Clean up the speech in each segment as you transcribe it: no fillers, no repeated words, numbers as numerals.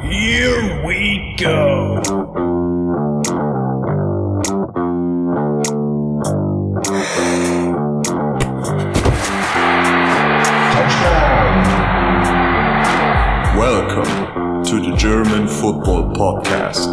Here we go. Welcome to the German Football Podcast.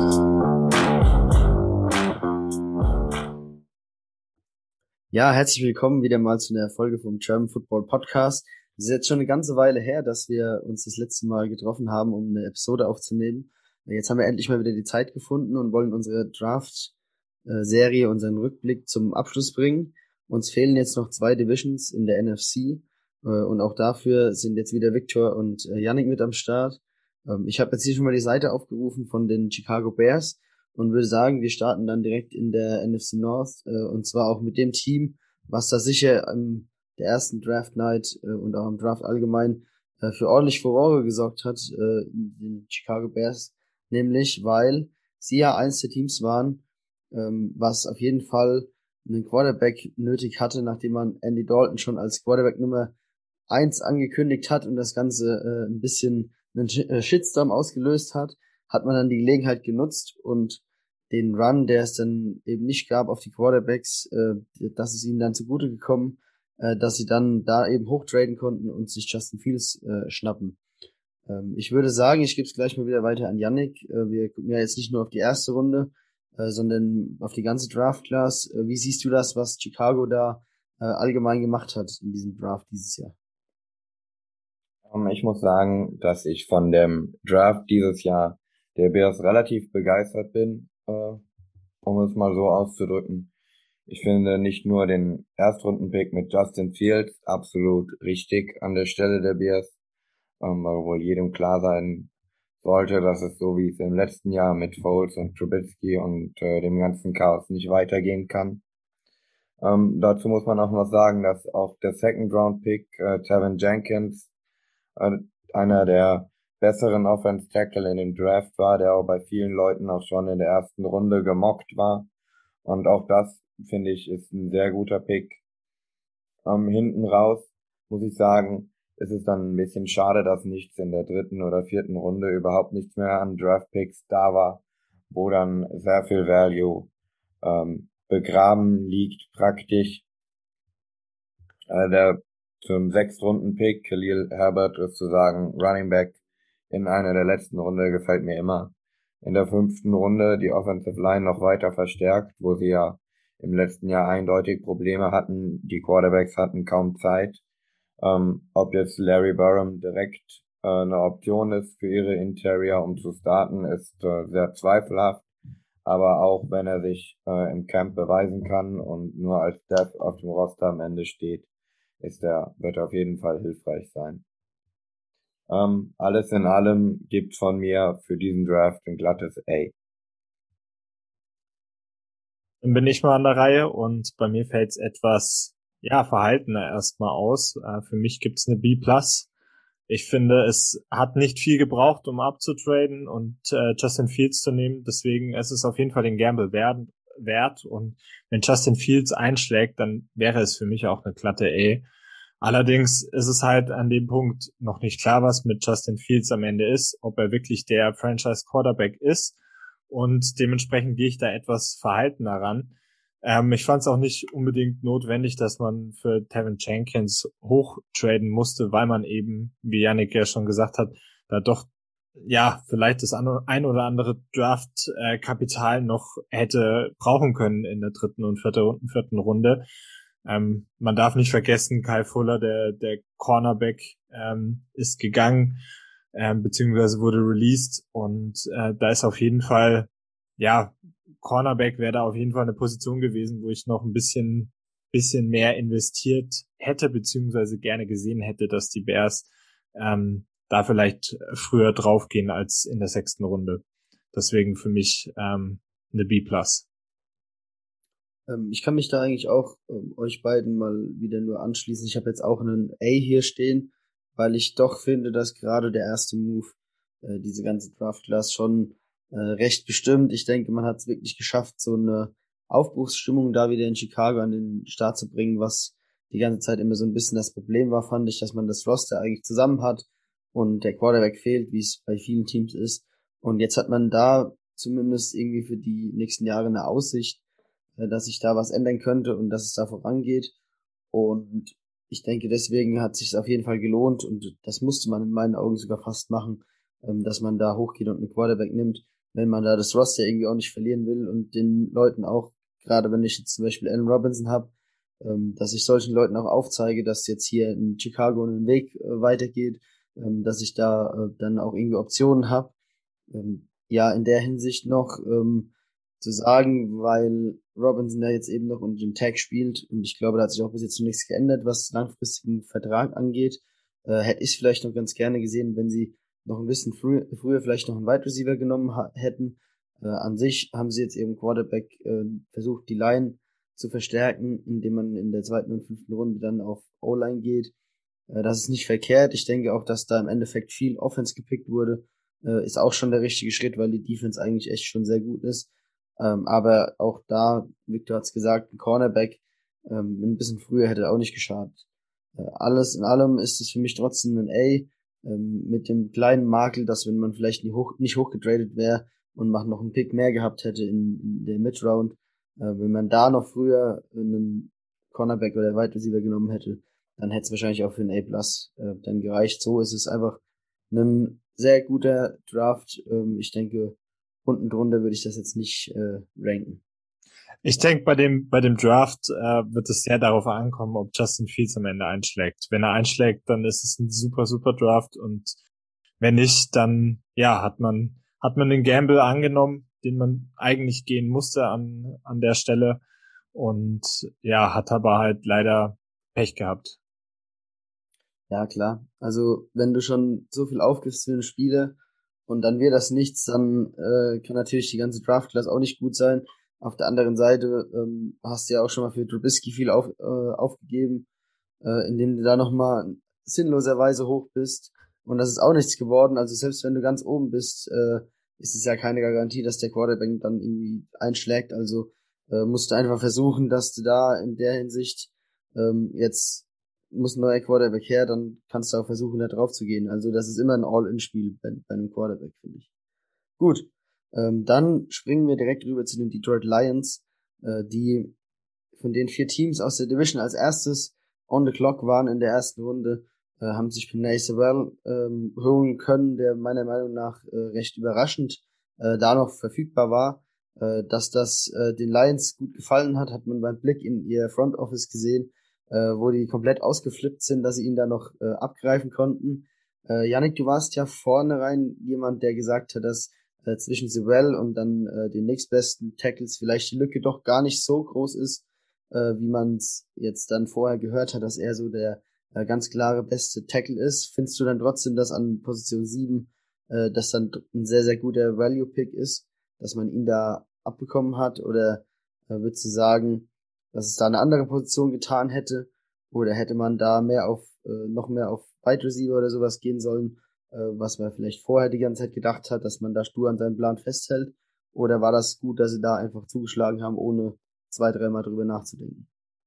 Ja, herzlich willkommen wieder mal zu einer Folge vom German Football Podcast. Es ist jetzt schon eine ganze Weile her, dass wir uns das letzte Mal getroffen haben, um eine Episode aufzunehmen. Jetzt haben wir endlich mal wieder die Zeit gefunden und wollen unsere Draft-Serie, unseren Rückblick zum Abschluss bringen. Uns fehlen jetzt noch 2 Divisions in der NFC und auch dafür sind jetzt wieder Victor und Yannick mit am Start. Ich habe jetzt hier schon mal die Seite aufgerufen von den Chicago Bears und würde sagen, wir starten dann direkt in der NFC North und zwar auch mit dem Team, was da sicher der ersten Draft Night und auch im Draft allgemein für ordentlich Furore gesorgt hat, den Chicago Bears, nämlich weil sie ja eins der Teams waren, was auf jeden Fall einen Quarterback nötig hatte, nachdem man Andy Dalton schon als Quarterback Nummer 1 angekündigt hat und das Ganze ein bisschen einen Shitstorm ausgelöst hat man dann die Gelegenheit genutzt und den Run, der es dann eben nicht gab auf die Quarterbacks, das ist ihnen dann zugute gekommen, dass sie dann da eben hochtraden konnten und sich Justin Fields schnappen. Ich würde sagen, ich gebe es gleich mal wieder weiter an Yannick. Wir gucken ja jetzt nicht nur auf die erste Runde, sondern auf die ganze Draft-Class. Wie siehst du das, was Chicago da allgemein gemacht hat in diesem Draft dieses Jahr? Ich muss sagen, dass ich von dem Draft dieses Jahr der Bears relativ begeistert bin, um es mal so auszudrücken. Ich finde nicht nur den Erstrundenpick mit Justin Fields absolut richtig an der Stelle der Bears, weil wohl jedem klar sein sollte, dass es so wie es im letzten Jahr mit Foles und Trubisky und dem ganzen Chaos nicht weitergehen kann. Dazu muss man auch noch sagen, dass auch der Second-Round-Pick Tevin Jenkins einer der besseren Offense Tackle in dem Draft war, der auch bei vielen Leuten auch schon in der ersten Runde gemockt war. Und auch das, finde ich, ist ein sehr guter Pick. Hinten raus, muss ich sagen, ist es dann ein bisschen schade, dass nichts in der 3. oder 4. Runde, überhaupt nichts mehr an Draft Picks da war, wo dann sehr viel Value begraben liegt praktisch. Der zum 6-Runden-Pick, Khalil Herbert, ist zu sagen, Running Back in einer der letzten Runde gefällt mir immer. In der 5. Runde die Offensive Line noch weiter verstärkt, wo sie ja im letzten Jahr eindeutig Probleme hatten. Die Quarterbacks hatten kaum Zeit. Ob jetzt Larry Burham direkt eine Option ist für ihre Interior, um zu starten, ist sehr zweifelhaft. Aber auch wenn er sich im Camp beweisen kann und nur als Depth auf dem Roster am Ende steht, wird er auf jeden Fall hilfreich sein. Alles in allem gibt von mir für diesen Draft ein glattes A. Dann bin ich mal an der Reihe und bei mir fällt es etwas, verhaltener erstmal aus. Für mich gibt's eine B+. Ich finde, es hat nicht viel gebraucht, um abzutraden und Justin Fields zu nehmen. Deswegen ist es auf jeden Fall den Gamble wert. Und wenn Justin Fields einschlägt, dann wäre es für mich auch eine glatte A. Allerdings ist es halt an dem Punkt noch nicht klar, was mit Justin Fields am Ende ist, ob er wirklich der Franchise Quarterback ist. Und dementsprechend gehe ich da etwas verhaltener ran. Ich fand es auch nicht unbedingt notwendig, dass man für Tevin Jenkins hochtraden musste, weil man eben, wie Yannick ja schon gesagt hat, da doch vielleicht das ein oder andere Draft-Kapital noch hätte brauchen können in der 3. und 4. Runde. Man darf nicht vergessen, Kyle Fuller, der Cornerback, ist gegangen, beziehungsweise wurde released und da ist auf jeden Fall, Cornerback wäre da auf jeden Fall eine Position gewesen, wo ich noch ein bisschen mehr investiert hätte, beziehungsweise gerne gesehen hätte, dass die Bears da vielleicht früher draufgehen als in der 6. Runde. Deswegen für mich eine B+. Ich kann mich da eigentlich auch euch beiden mal wieder nur anschließen. Ich habe jetzt auch einen A hier stehen, weil ich doch finde, dass gerade der erste Move diese ganze Draft-Class schon recht bestimmt. Ich denke, man hat es wirklich geschafft, so eine Aufbruchsstimmung da wieder in Chicago an den Start zu bringen, was die ganze Zeit immer so ein bisschen das Problem war, fand ich, dass man das Roster eigentlich zusammen hat und der Quarterback fehlt, wie es bei vielen Teams ist. Und jetzt hat man da zumindest irgendwie für die nächsten Jahre eine Aussicht, dass sich da was ändern könnte und dass es da vorangeht. Und ich denke, deswegen hat es sich auf jeden Fall gelohnt und das musste man in meinen Augen sogar fast machen, dass man da hochgeht und einen Quarterback nimmt, wenn man da das Roster irgendwie auch nicht verlieren will und den Leuten auch, gerade wenn ich jetzt zum Beispiel Allen Robinson habe, dass ich solchen Leuten auch aufzeige, dass jetzt hier in Chicago einen Weg weitergeht, dass ich da dann auch irgendwie Optionen habe. Ja, in der Hinsicht noch zu sagen, weil Robinson ja jetzt eben noch unter dem Tag spielt und ich glaube, da hat sich auch bis jetzt noch nichts geändert, was langfristigen Vertrag angeht. Hätte ich vielleicht noch ganz gerne gesehen, wenn sie noch ein bisschen früher vielleicht noch einen Wide Receiver genommen hätten. An sich haben sie jetzt eben Quarterback versucht, die Line zu verstärken, indem man in der 2. und 5. Runde dann auf O-Line geht. Das ist nicht verkehrt. Ich denke auch, dass da im Endeffekt viel Offense gepickt wurde. Ist auch schon der richtige Schritt, weil die Defense eigentlich echt schon sehr gut ist. Aber auch da, Victor hat's gesagt, ein Cornerback ein bisschen früher hätte auch nicht geschadet. Alles in allem ist es für mich trotzdem ein A, mit dem kleinen Makel, dass wenn man vielleicht nicht hochgetradet wäre und man noch einen Pick mehr gehabt hätte in der Mid-Round, wenn man da noch früher einen Cornerback oder Wide Receiver genommen hätte, dann hätte es wahrscheinlich auch für ein A+ dann gereicht. So ist es einfach ein sehr guter Draft. Ich denke, unten drunter würde ich das jetzt nicht ranken. Ich denke, bei dem Draft wird es sehr darauf ankommen, ob Justin Fields am Ende einschlägt. Wenn er einschlägt, dann ist es ein super, super Draft und wenn nicht, dann ja, hat man den Gamble angenommen, den man eigentlich gehen musste an der Stelle und ja, hat aber halt leider Pech gehabt. Ja, klar. Also, wenn du schon so viel aufgibst für eine Spiele und dann wird das nichts, dann kann natürlich die ganze Draft-Class auch nicht gut sein. Auf der anderen Seite hast du ja auch schon mal für Trubisky viel aufgegeben, indem du da nochmal sinnloserweise hoch bist. Und das ist auch nichts geworden. Also selbst wenn du ganz oben bist, ist es ja keine Garantie, dass der Quarterback dann irgendwie einschlägt. Also musst du einfach versuchen, dass du da in der Hinsicht jetzt muss ein neuer Quarterback her, dann kannst du auch versuchen, da drauf zu gehen. Also das ist immer ein All-In-Spiel bei einem Quarterback, finde ich. Gut, dann springen wir direkt rüber zu den Detroit Lions, die von den 4 Teams aus der Division als erstes on the clock waren in der ersten Runde, haben sich Penei Sewell holen können, der meiner Meinung nach recht überraschend da noch verfügbar war. Dass das den Lions gut gefallen hat, hat man beim Blick in ihr Front Office gesehen, wo die komplett ausgeflippt sind, dass sie ihn da noch abgreifen konnten. Yannick, du warst ja vornherein jemand, der gesagt hat, dass zwischen Sewell und dann den nächstbesten Tackles vielleicht die Lücke doch gar nicht so groß ist, wie man es jetzt dann vorher gehört hat, dass er so der ganz klare beste Tackle ist. Findest du dann trotzdem, dass an Position 7 das dann ein sehr, sehr guter Value-Pick ist, dass man ihn da abbekommen hat? Oder würdest du sagen, dass es da eine andere Position getan hätte? Oder hätte man da noch mehr auf Wide Receiver oder sowas gehen sollen, was man vielleicht vorher die ganze Zeit gedacht hat, dass man da stur an seinem Plan festhält? Oder war das gut, dass sie da einfach zugeschlagen haben, ohne 2-3 Mal drüber nachzudenken?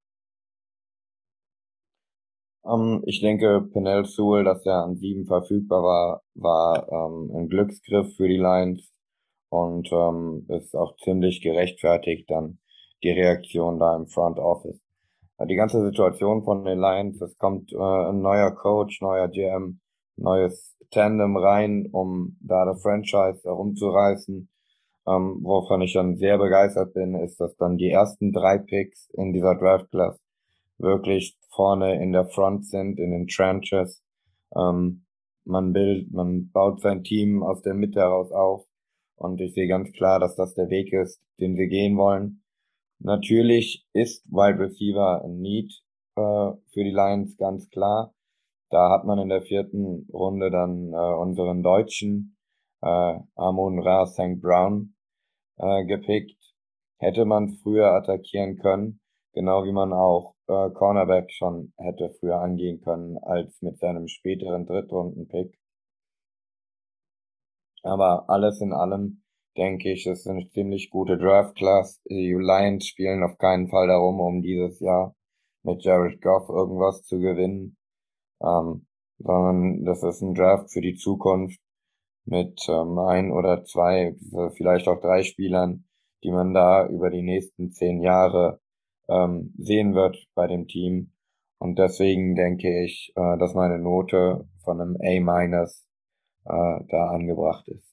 Ich denke, Penei Sewell, dass er an 7 verfügbar war ein Glücksgriff für die Lions und ist auch ziemlich gerechtfertigt dann die Reaktion da im Front Office. Die ganze Situation von den Lions, es kommt ein neuer Coach, neuer GM, neues Tandem rein, um da das Franchise herumzureißen. Wovon ich dann sehr begeistert bin, ist, dass dann die ersten 3 Picks in dieser Draft Class wirklich vorne in der Front sind, in den Trenches. Man baut sein Team aus der Mitte heraus auf und ich sehe ganz klar, dass das der Weg ist, den wir gehen wollen. Natürlich ist Wide Receiver ein Need für die Lions, ganz klar. Da hat man in der 4. Runde dann unseren Deutschen Amon-Ra St. Brown gepickt. Hätte man früher attackieren können, genau wie man auch Cornerback schon hätte früher angehen können als mit seinem späteren Drittrunden-Pick. Aber alles in allem denke ich, es ist eine ziemlich gute Draft-Class. Die Lions spielen auf keinen Fall darum, um dieses Jahr mit Jared Goff irgendwas zu gewinnen, sondern das ist ein Draft für die Zukunft. mit ein oder zwei, vielleicht auch drei Spielern, die man da über die nächsten 10 Jahre sehen wird bei dem Team. Und deswegen denke ich, dass meine Note von einem A- da angebracht ist.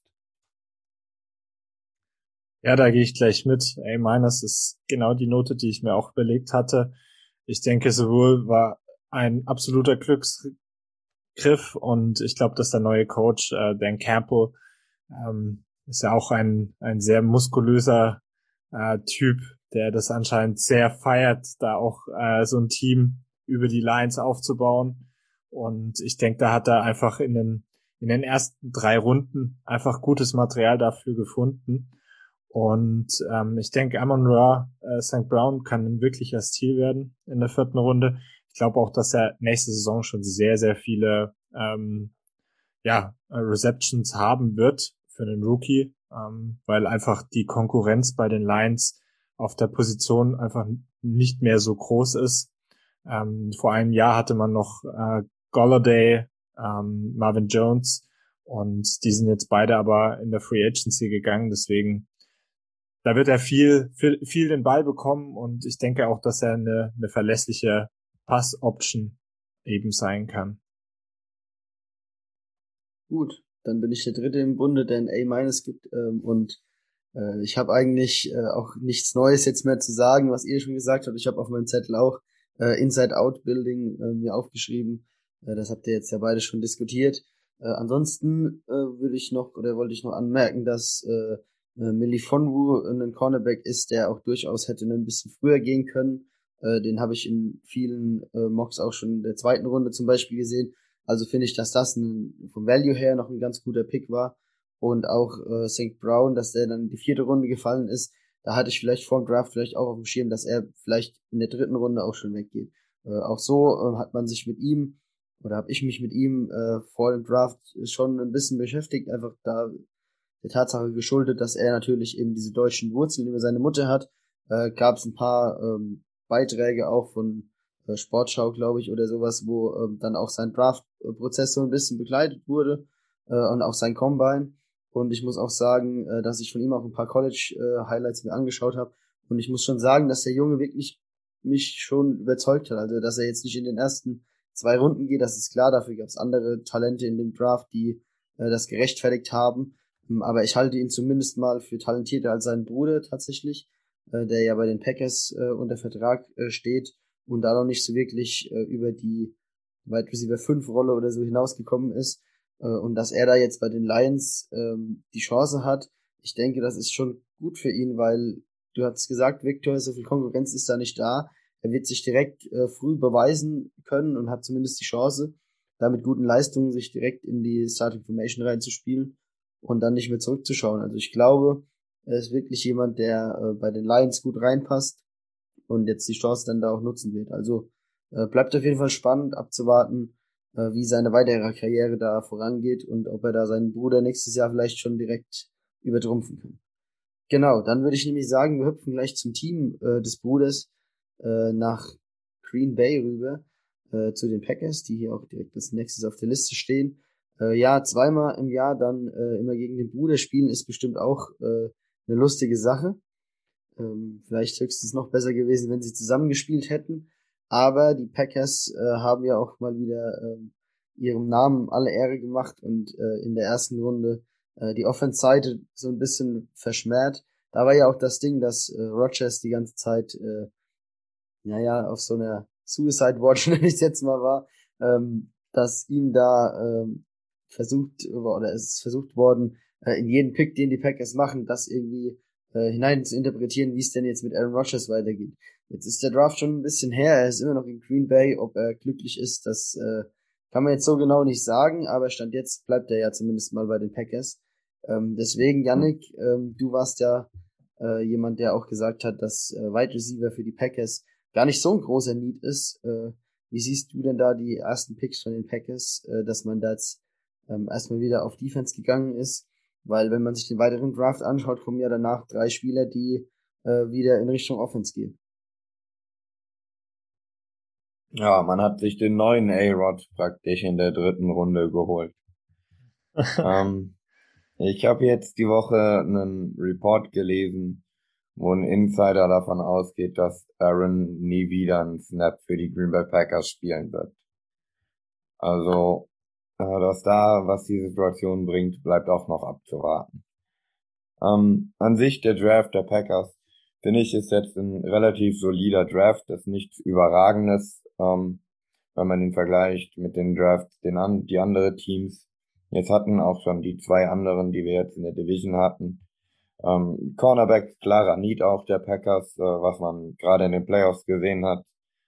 Ja, da gehe ich gleich mit. A- ist genau die Note, die ich mir auch überlegt hatte. Ich denke, sowohl war ein absoluter Glücksgriff und ich glaube, dass der neue Coach, Dan Campbell, ist ja auch ein sehr muskulöser Typ, der das anscheinend sehr feiert, da auch so ein Team über die Lines aufzubauen. Und ich denke, da hat er einfach in den ersten 3 Runden einfach gutes Material dafür gefunden. Und ich denke, Amon-Ra St. Brown kann ein wirklicher Stil werden in der 4. Runde. Ich glaube auch, dass er nächste Saison schon sehr, sehr viele Receptions haben wird für einen Rookie, weil einfach die Konkurrenz bei den Lions auf der Position einfach nicht mehr so groß ist. Vor einem Jahr hatte man noch Golladay, Marvin Jones und die sind jetzt beide aber in der Free Agency gegangen, deswegen da wird er viel den Ball bekommen und ich denke auch, dass er eine verlässliche Pass-Option eben sein kann. Gut, dann bin ich der Dritte im Bunde, der ein A- gibt und ich habe eigentlich auch nichts Neues jetzt mehr zu sagen, was ihr schon gesagt habt. Ich habe auf meinem Zettel auch Inside-Out-Building mir aufgeschrieben. Das habt ihr jetzt ja beide schon diskutiert. Ansonsten wollte ich noch anmerken, dass Melifonwu ein Cornerback ist, der auch durchaus hätte ein bisschen früher gehen können. Den habe ich in vielen Mocks auch schon in der 2. Runde zum Beispiel gesehen. Also finde ich, dass das vom Value her noch ein ganz guter Pick war. Und auch St. Brown, dass der dann in die 4. Runde gefallen ist, da hatte ich vielleicht vor dem Draft vielleicht auch auf dem Schirm, dass er vielleicht in der 3. Runde auch schon weggeht. Auch so hat man sich mit ihm oder habe ich mich mit ihm vor dem Draft schon ein bisschen beschäftigt, einfach da der Tatsache geschuldet, dass er natürlich eben diese deutschen Wurzeln über seine Mutter hat. Gab es ein paar Beiträge auch von Sportschau, glaube ich, oder sowas, wo dann auch sein Draft-Prozess so ein bisschen begleitet wurde und auch sein Combine. Und ich muss auch sagen, dass ich von ihm auch ein paar College-Highlights mir angeschaut habe. Und ich muss schon sagen, dass der Junge wirklich mich schon überzeugt hat. Also, dass er jetzt nicht in den ersten 2 Runden geht, das ist klar. Dafür gab es andere Talente in dem Draft, die das gerechtfertigt haben. Aber ich halte ihn zumindest mal für talentierter als seinen Bruder tatsächlich, der ja bei den Packers unter Vertrag steht und da noch nicht so wirklich über die Wide Receiver 5 Rolle oder so hinausgekommen ist. Und dass er da jetzt bei den Lions die Chance hat, ich denke, das ist schon gut für ihn, weil du hast gesagt, Victor, so viel Konkurrenz ist da nicht da. Er wird sich direkt früh beweisen können und hat zumindest die Chance, da mit guten Leistungen sich direkt in die Starting Formation reinzuspielen und dann nicht mehr zurückzuschauen. Also ich glaube, er ist wirklich jemand, der bei den Lions gut reinpasst und jetzt die Chance dann da auch nutzen wird. Also bleibt auf jeden Fall spannend abzuwarten, wie seine weitere Karriere da vorangeht und ob er da seinen Bruder nächstes Jahr vielleicht schon direkt übertrumpfen kann. Genau, dann würde ich nämlich sagen, wir hüpfen gleich zum Team des Bruders nach Green Bay rüber, zu den Packers, die hier auch direkt als nächstes auf der Liste stehen. Ja, zweimal im Jahr dann immer gegen den Bruder spielen, ist bestimmt auch eine lustige Sache. Vielleicht höchstens noch besser gewesen, wenn sie zusammengespielt hätten. Aber die Packers haben ja auch mal wieder ihrem Namen alle Ehre gemacht und in der ersten Runde die Offense-Seite so ein bisschen verschmäht. Da war ja auch das Ding, dass Rodgers die ganze Zeit, auf so einer Suicide Watch, nenne ich es jetzt mal war, dass ihm da oder es ist versucht worden, in jeden Pick, den die Packers machen, das irgendwie hinein zu interpretieren, wie es denn jetzt mit Aaron Rodgers weitergeht. Jetzt ist der Draft schon ein bisschen her, er ist immer noch in Green Bay, ob er glücklich ist, das kann man jetzt so genau nicht sagen, aber Stand jetzt bleibt er ja zumindest mal bei den Packers. Deswegen, Yannick, du warst ja jemand, der auch gesagt hat, dass Wide Receiver für die Packers gar nicht so ein großer Need ist. Wie siehst du denn da die ersten Picks von den Packers, dass man da jetzt erstmal wieder auf Defense gegangen ist? Weil wenn man sich den weiteren Draft anschaut, kommen ja danach 3 Spieler, die wieder in Richtung Offense gehen. Ja, man hat sich den neuen A-Rod praktisch in der 3. Runde geholt. Ich habe jetzt die Woche einen Report gelesen, wo ein Insider davon ausgeht, dass Aaron nie wieder einen Snap für die Green Bay Packers spielen wird. Also, was die Situation bringt, bleibt auch noch abzuwarten. An sich der Draft der Packers, finde ich, ist jetzt ein relativ solider Draft, das ist nichts Überragendes, wenn man ihn vergleicht mit den Drafts, die andere Teams jetzt hatten, auch schon die zwei anderen, die wir jetzt in der Division hatten. Cornerback, klarer Need auch der Packers, was man gerade in den Playoffs gesehen hat.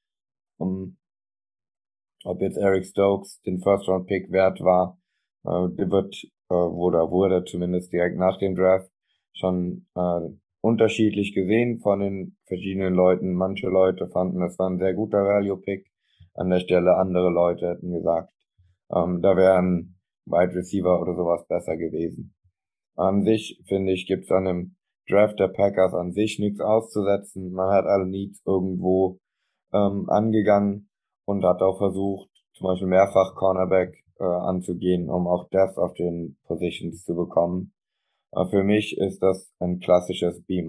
Ob jetzt Eric Stokes den First-Round-Pick wert war, wurde zumindest direkt nach dem Draft schon unterschiedlich gesehen von den verschiedenen Leuten. Manche Leute fanden, es war ein sehr guter Value-Pick. An der Stelle andere Leute hätten gesagt, da wäre ein Wide Receiver oder sowas besser gewesen. An sich, finde ich, gibt's an dem Draft der Packers an sich nichts auszusetzen. Man hat alle Needs irgendwo angegangen und hat auch versucht, zum Beispiel mehrfach Cornerback anzugehen, um auch Depth auf den Positions zu bekommen. Für mich ist das ein klassisches B-.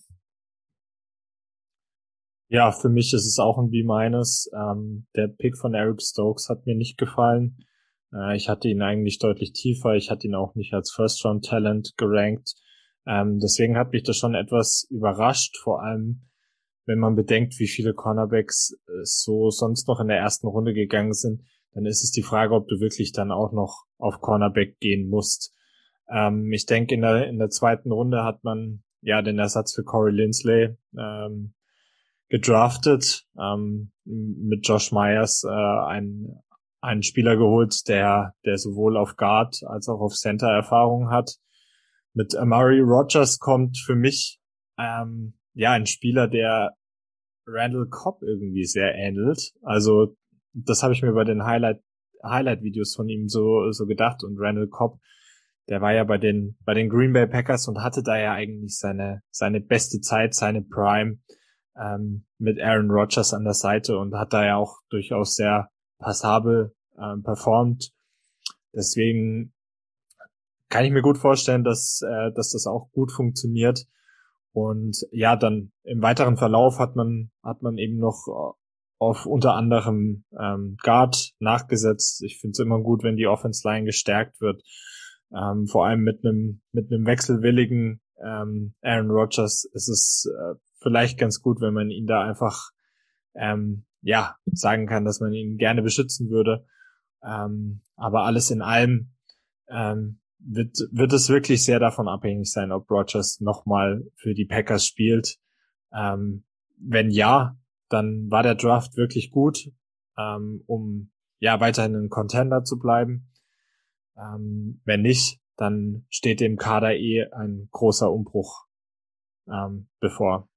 Ja, für mich ist es auch ein B-. Der Pick von Eric Stokes hat mir nicht gefallen. Ich hatte ihn eigentlich deutlich tiefer. Ich hatte ihn auch nicht als First-Round-Talent gerankt. Deswegen hat mich das schon etwas überrascht, vor allem wenn man bedenkt, wie viele Cornerbacks so sonst noch in der ersten Runde gegangen sind, dann ist es die Frage, ob du wirklich dann auch noch auf Cornerback gehen musst. Ich denke, in der zweiten Runde hat man ja den Ersatz für Corey Linsley gedraftet, mit Josh Myers einen Spieler geholt, der sowohl auf Guard als auch auf Center Erfahrung hat. Mit Amari Rogers kommt für mich ein Spieler, der Randall Cobb irgendwie sehr ähnelt. Also das habe ich mir bei den Highlight-Videos von ihm so gedacht. Und Randall Cobb, der war ja bei den Green Bay Packers und hatte da ja eigentlich seine beste Zeit, seine Prime mit Aaron Rodgers an der Seite und hat da ja auch durchaus sehr passabel performt. Deswegen kann ich mir gut vorstellen, dass das auch gut funktioniert. Und ja, dann im weiteren Verlauf hat man eben noch auf unter anderem Guard nachgesetzt. Ich finde es immer gut, wenn die Offense Line gestärkt wird. Vor allem mit einem wechselwilligen Aaron Rodgers ist es vielleicht ganz gut, wenn man ihn da einfach sagen kann, dass man ihn gerne beschützen würde. Aber alles in allem wird es wirklich sehr davon abhängig sein, ob Rodgers nochmal für die Packers spielt. Wenn ja, dann war der Draft wirklich gut, um ja weiterhin ein Contender zu bleiben. Wenn nicht, dann steht dem Kader ein großer Umbruch bevor.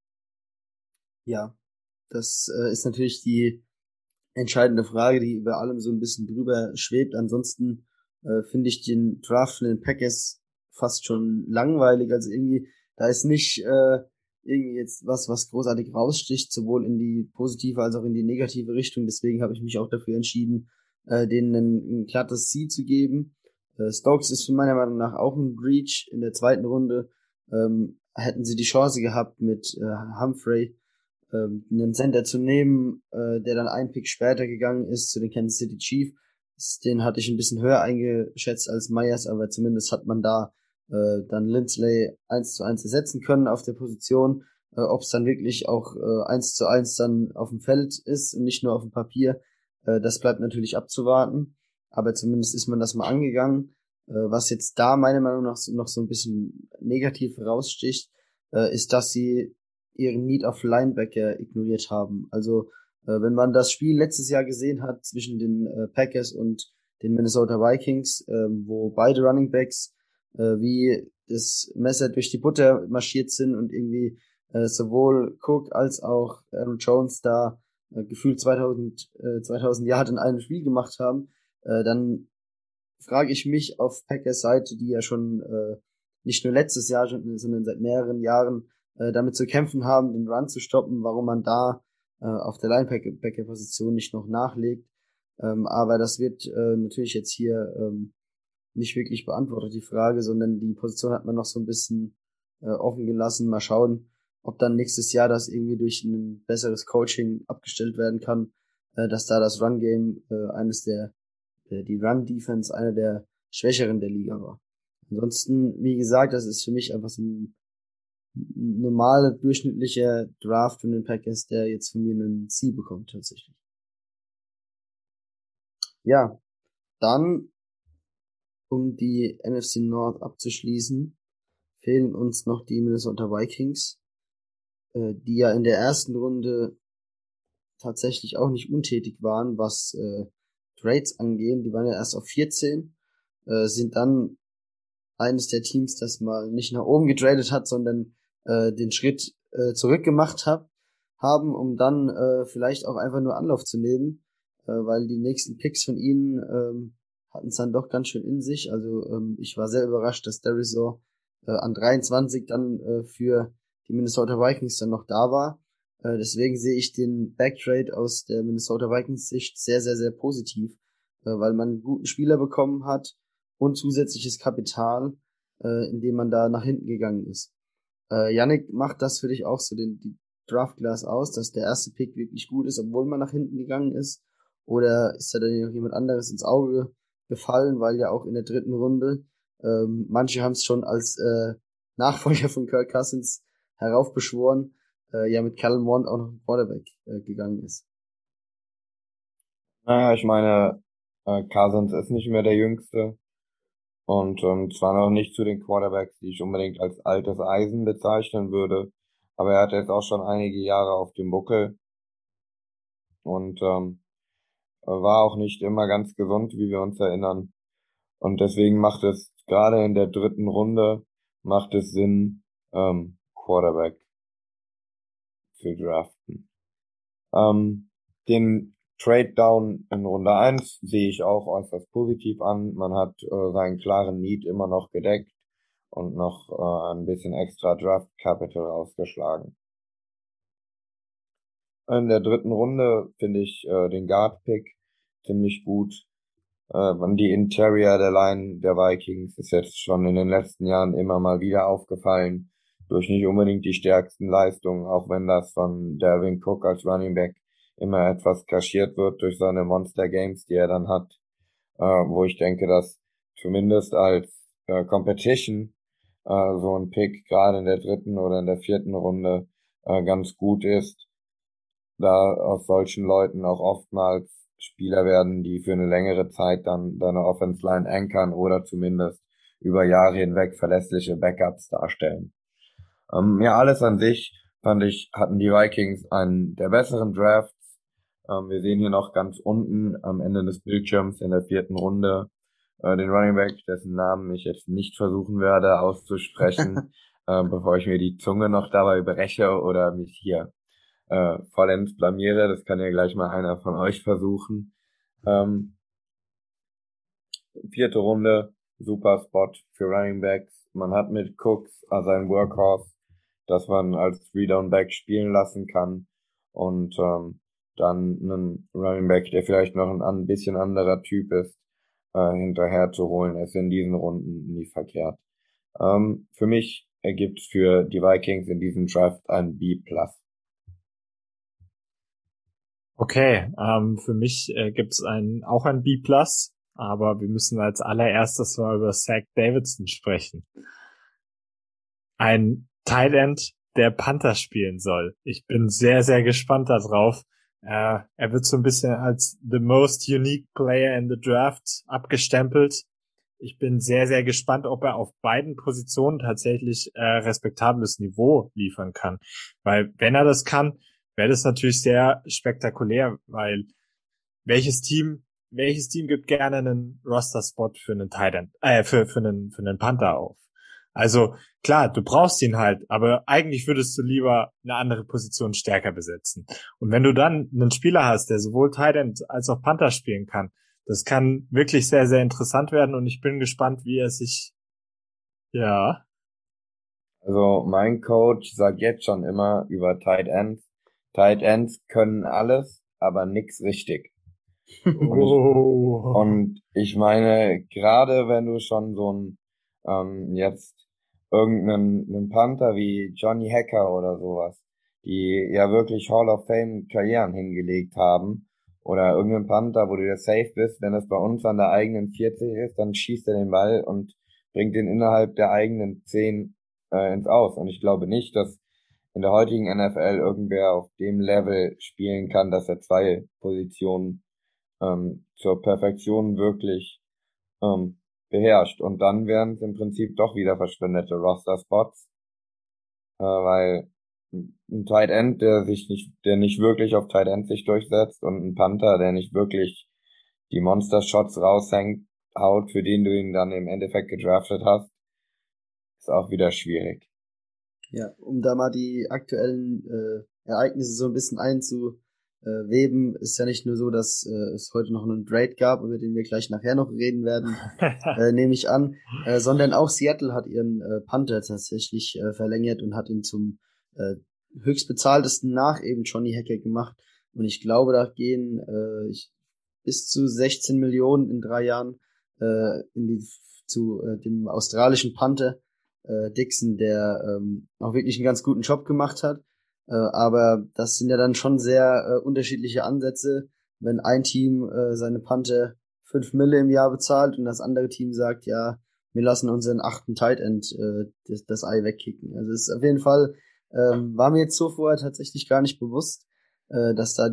Ja, das ist natürlich die entscheidende Frage, die über allem so ein bisschen drüber schwebt. Ansonsten finde ich den Draft von den Packers fast schon langweilig. Also irgendwie, da ist nicht irgendwie jetzt was großartig raussticht, sowohl in die positive als auch in die negative Richtung. Deswegen habe ich mich auch dafür entschieden, denen ein glattes C zu geben. Stokes ist für meiner Meinung nach auch ein Breach. In der zweiten Runde hätten sie die Chance gehabt, mit Humphrey einen Center zu nehmen, der dann einen Pick später gegangen ist zu den Kansas City Chiefs. Den hatte ich ein bisschen höher eingeschätzt als Myers, aber zumindest hat man da dann Linsley 1:1 ersetzen können auf der Position. Ob es dann wirklich auch 1:1 dann auf dem Feld ist und nicht nur auf dem Papier, das bleibt natürlich abzuwarten. Aber zumindest ist man das mal angegangen. Was jetzt da meiner Meinung nach noch so ein bisschen negativ raussticht, ist, dass sie ihren Need auf Linebacker ignoriert haben. Also wenn man das Spiel letztes Jahr gesehen hat zwischen den Packers und den Minnesota Vikings, wo beide Running Backs wie das Messer durch die Butter marschiert sind und irgendwie sowohl Cook als auch Aaron Jones da gefühlt 2000 Yards in einem Spiel gemacht haben, dann frage ich mich auf Packers Seite, die ja schon nicht nur letztes Jahr, sondern seit mehreren Jahren damit zu kämpfen haben, den Run zu stoppen, warum man da auf der Linebacker-Position nicht noch nachlegt. Aber das wird natürlich jetzt hier nicht wirklich beantwortet, die Frage, sondern die Position hat man noch so ein bisschen offen gelassen. Mal schauen, ob dann nächstes Jahr das irgendwie durch ein besseres Coaching abgestellt werden kann, dass da das Run-Game die Run-Defense einer der schwächeren der Liga war. Ansonsten, wie gesagt, das ist für mich einfach so ein normaler, durchschnittlicher Draft von den Packers, der jetzt von mir einen C bekommt, tatsächlich. Ja, dann, um die NFC North abzuschließen, fehlen uns noch die Minnesota Vikings, die ja in der ersten Runde tatsächlich auch nicht untätig waren, was Trades angehen. Die waren ja erst auf 14, sind dann eines der Teams, das mal nicht nach oben getradet hat, sondern den Schritt zurück gemacht haben, um dann vielleicht auch einfach nur Anlauf zu nehmen, weil die nächsten Picks von ihnen hatten es dann doch ganz schön in sich. Also ich war sehr überrascht, dass Darisaw an 23 dann für die Minnesota Vikings dann noch da war. Deswegen sehe ich den Backtrade aus der Minnesota Vikings Sicht sehr, sehr, sehr positiv, weil man einen guten Spieler bekommen hat und zusätzliches Kapital, indem man da nach hinten gegangen ist. Yannick, macht das für dich auch so die Draft Class aus, dass der erste Pick wirklich gut ist, obwohl man nach hinten gegangen ist? Oder ist da dann noch jemand anderes ins Auge gefallen, weil ja auch in der dritten Runde manche haben es schon als Nachfolger von Kirk Cousins heraufbeschworen, ja mit Kellen Mond auch noch ein Quarterback gegangen ist. Naja, ich meine, Cousins ist nicht mehr der Jüngste und zwar noch nicht zu den Quarterbacks, die ich unbedingt als altes Eisen bezeichnen würde, aber er hat jetzt auch schon einige Jahre auf dem Buckel und war auch nicht immer ganz gesund, wie wir uns erinnern. Und deswegen macht es gerade in der dritten Runde macht es Sinn, Quarterback zu draften. Den Trade Down in Runde 1 sehe ich auch äußerst positiv an. Man hat seinen klaren Need immer noch gedeckt und noch ein bisschen extra Draft Capital ausgeschlagen. In der dritten Runde finde ich den Guard Pick ziemlich gut. Die Interior der Line der Vikings ist jetzt schon in den letzten Jahren immer mal wieder aufgefallen, durch nicht unbedingt die stärksten Leistungen, auch wenn das von Dalvin Cook als Running Back immer etwas kaschiert wird durch seine Monster Games, die er dann hat, wo ich denke, dass zumindest als Competition so ein Pick gerade in der dritten oder in der vierten Runde ganz gut ist, da aus solchen Leuten auch oftmals Spieler werden, die für eine längere Zeit dann deine Offense Line ankern oder zumindest über Jahre hinweg verlässliche Backups darstellen. Ja, alles an sich hatten die Vikings einen der besseren Drafts. Wir sehen hier noch ganz unten am Ende des Bildschirms in der vierten Runde den Running Back, dessen Namen ich jetzt nicht versuchen werde auszusprechen, bevor ich mir die Zunge noch dabei breche oder mich hier vollends blamiere. Das kann ja gleich mal einer von euch versuchen. Vierte Runde, super Spot für Running Backs. Man hat mit Cooks sein Workhorse, das man als Three-Down-Back spielen lassen kann. Und dann einen Running Back, der vielleicht noch ein bisschen anderer Typ ist, hinterher zu holen, ist in diesen Runden nie verkehrt. Für mich ergibt für die Vikings in diesem Draft ein B+. Okay, für mich gibt's auch ein B+, aber wir müssen als allererstes mal über Zach Davidson sprechen. Ein Tight End, der Panther spielen soll. Ich bin sehr, sehr gespannt darauf. Er wird so ein bisschen als the most unique player in the draft abgestempelt. Ich bin sehr, sehr gespannt, ob er auf beiden Positionen tatsächlich respektables Niveau liefern kann. Weil wenn er das kann, wäre das natürlich sehr spektakulär, weil welches Team gibt gerne einen Roster-Spot für einen Tight End, für einen Panther auf? Also klar, du brauchst ihn halt, aber eigentlich würdest du lieber eine andere Position stärker besetzen. Und wenn du dann einen Spieler hast, der sowohl Tight End als auch Panther spielen kann, das kann wirklich sehr, sehr interessant werden und ich bin gespannt, wie er sich, ja. Also mein Coach sagt jetzt schon immer über Tight Ends. Tight Ends können alles, aber nix richtig. Oh. Und ich meine, gerade wenn du schon so jetzt irgendeinen Panther wie Johnny Hacker oder sowas, die ja wirklich Hall of Fame Karrieren hingelegt haben, oder irgendeinen Panther, wo du dir safe bist, wenn das bei uns an der eigenen 40 ist, dann schießt er den Ball und bringt den innerhalb der eigenen 10 ins Aus. Und ich glaube nicht, dass in der heutigen NFL irgendwer auf dem Level spielen kann, dass er zwei Positionen zur Perfektion wirklich beherrscht. Und dann wären es im Prinzip doch wieder verschwendete Roster-Spots, weil ein Tight End, der nicht wirklich auf Tight End sich durchsetzt, und ein Panther, der nicht wirklich die Monster-Shots haut, für den du ihn dann im Endeffekt gedraftet hast, ist auch wieder schwierig. Ja, um da mal die aktuellen Ereignisse so ein bisschen einzuweben, ist ja nicht nur so, dass es heute noch einen Trade gab, über den wir gleich nachher noch reden werden, nehme ich an, sondern auch Seattle hat ihren Panther tatsächlich verlängert und hat ihn zum höchstbezahltesten nach eben Johnny Hacker gemacht. Und ich glaube, da gehen bis zu 16 Millionen in 3 Jahren zu dem australischen Panther Dixon, der auch wirklich einen ganz guten Job gemacht hat. Aber das sind ja dann schon sehr unterschiedliche Ansätze, wenn ein Team seine Panther 5 Mille im Jahr bezahlt und das andere Team sagt, ja, wir lassen unseren 8. Tight End das Ei wegkicken. Also es ist auf jeden Fall, war mir jetzt so vorher tatsächlich gar nicht bewusst, dass da